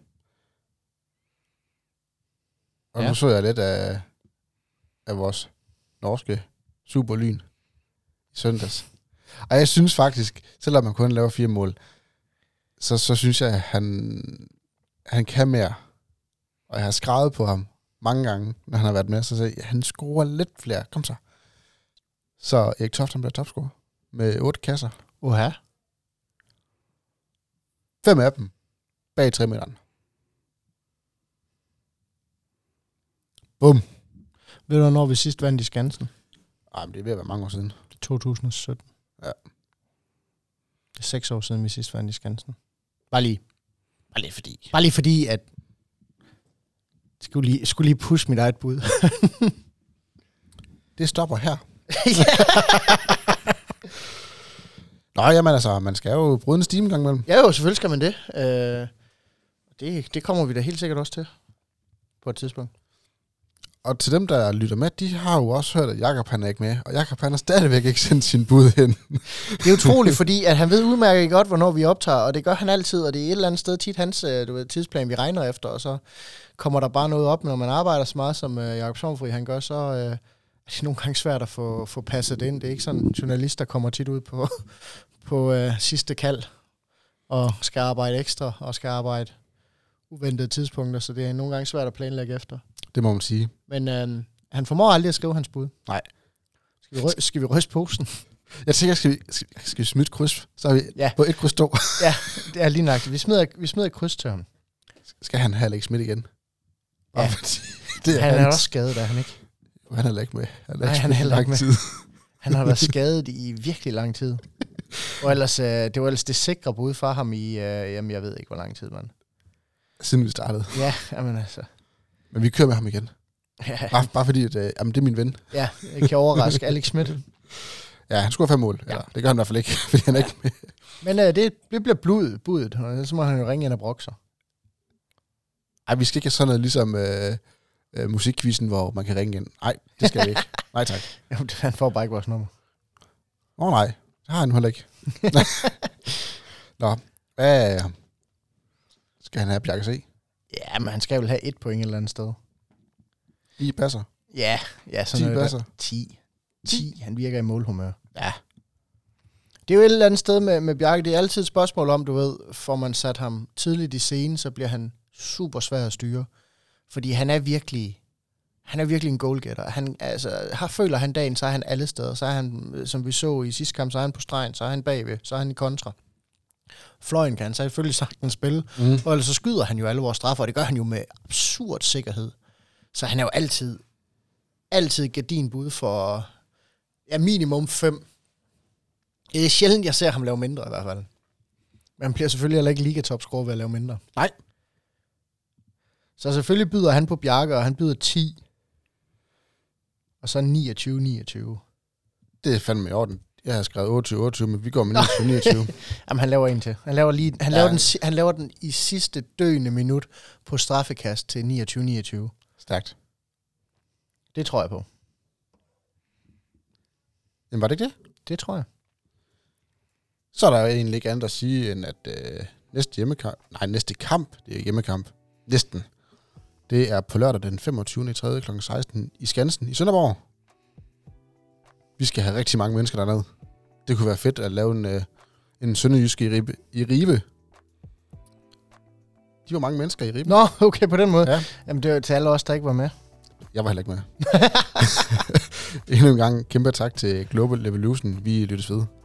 Og ja. Nu så jeg lidt af, af vores norske superlyn i søndags. Og jeg synes faktisk, selvom man kun laver fire mål, så, så synes jeg, at han, han kan mere. Og jeg har skrevet på ham mange gange, når han har været med, så siger jeg, han scorer lidt flere. Kom så. Så Erik Toft, han bliver topscorer med otte kasser. Uha. Fem af dem bag tre meteren. Bum. Ved du, når vi sidst vandt i Skansen? Ej, men det er ved at være mange år siden. to tusind sytten. Ja. Det er seks år siden, vi sidst vandt i Skansen. Bare lige. Bare lige fordi. Bare lige fordi, at skulle lige, skulle lige pusse mit eget bud. Det stopper her. Nå, jamen altså, man skal jo bryde en stime en gang imellem. Ja jo, selvfølgelig skal man det. Øh, det. Det kommer vi da helt sikkert også til. På et tidspunkt. Og til dem, der lytter med, de har jo også hørt, at Jakob han er ikke med. Og Jakob han har stadigvæk ikke sendt sin bud hen. Det er utroligt, fordi at han ved udmærket godt, hvornår vi optager. Og det gør han altid, og det er et eller andet sted tit hans du ved, tidsplan, vi regner efter. Og så kommer der bare noget op, når man arbejder så meget, som øh, Jakob Sorgenfri han gør, så øh, er det nogle gange svært at få, få passet det ind. Det er ikke sådan en journalist, der kommer tit ud på, på øh, sidste kald og skal arbejde ekstra og skal arbejde uventede tidspunkter, så det er nogle gange svært at planlægge efter. Det må man sige. Men øh, han formår aldrig at skrive hans bud. Nej. Skal vi, ry- skal vi ryste posen? Jeg tænker, skal vi, skal, skal vi smide et kryds? Så er vi ja. på et kryds to. Ja, det er lige nøjagtigt. Vi smider, vi smider et kryds til ham. Skal han have Alex Schmidt igen? Ja. Det er han hans. er også skadet, er han ikke? Han er heller ikke med. Han er Nej, ikke han er heller ikke med. tid. Han har været skadet i virkelig lang tid. Og ellers, øh, det var ellers det sikre bud for ham i, øh, jamen jeg ved ikke, hvor lang tid, mand. Siden vi startede. Ja, jamen altså. Men vi kører med ham igen. Ja, Bare, bare fordi, at, øh, jamen, det er min ven. ja jeg kan overraske Alex Schmidt. Ja, han skulle have fem mål. Ja. Eller, det gør han i hvert fald ikke, fordi han er ikke med. Men øh, det, det bliver blod, budet, og så må han jo ringe ind og brokke sig. Ej, vi skal ikke have sådan noget ligesom øh, øh, musikkvisten, hvor man kan ringe ind. Nej, det skal vi ikke. Nej, tak. Jamen, han får bare ikke vores nummer. Åh oh, nej, det har han heller ikke. Nå, hvad skal han have, Bjarke C? Ja, men han skal vel have et point et eller andet sted. I passer. Ja, ja sådan ti noget passer. der. ti. ti. Han virker i målhumør. Ja. Det er jo et eller andet sted med, med Bjarke. Det er altid et spørgsmål om, du ved, får man sat ham tidligt i scenen, så bliver han super svær at styre. Fordi han er virkelig, han er virkelig en goalgetter. Han, altså, har, føler han dagen, så er han alle steder. Så er han, som vi så i sidste kamp, så er han på stregen, så er han bagved, så er han i kontra. Fløjen kan han selvfølgelig sagtens spille, mm. og ellers så skyder han jo alle vores straffer, og det gør han jo med absurd sikkerhed. Så han er jo altid, altid gardinbud for ja, minimum fem. Det er sjældent, jeg ser ham lave mindre i hvert fald. Men han bliver selvfølgelig heller ikke ligatopscorer ved at lave mindre. Nej. Så selvfølgelig byder han på Bjarke, og han byder ti. Og så niogtyve niogtyve. Det er fandme i orden. Jeg har skrevet otteogtyve otteogtyve, men vi går med niogtyve niogtyve. Jamen, han laver en til. Han laver, lige, han, Ja. laver den, han laver den i sidste døende minut på straffekast til niogtyve niogtyve. Stærkt. Det tror jeg på. Men var det ikke det? Det tror jeg. Så er der jo egentlig ikke andet at sige, end at øh, næste hjemmekamp, nej, næste kamp, det er hjemmekamp, næsten, det er på lørdag den femogtyvende tredje klokken seksten i Skansen i Sønderborg. Vi skal have rigtig mange mennesker dernede. Det kunne være fedt at lave en, øh, en sønderjyske i Ribe, i Ribe. De var mange mennesker i Ribe. Nå, okay, på den måde. Ja. Jamen, det var til alle os, der ikke var med. Jeg var heller ikke med. Endnu en gang kæmpe tak til Global Evolution. Vi lyttes ved.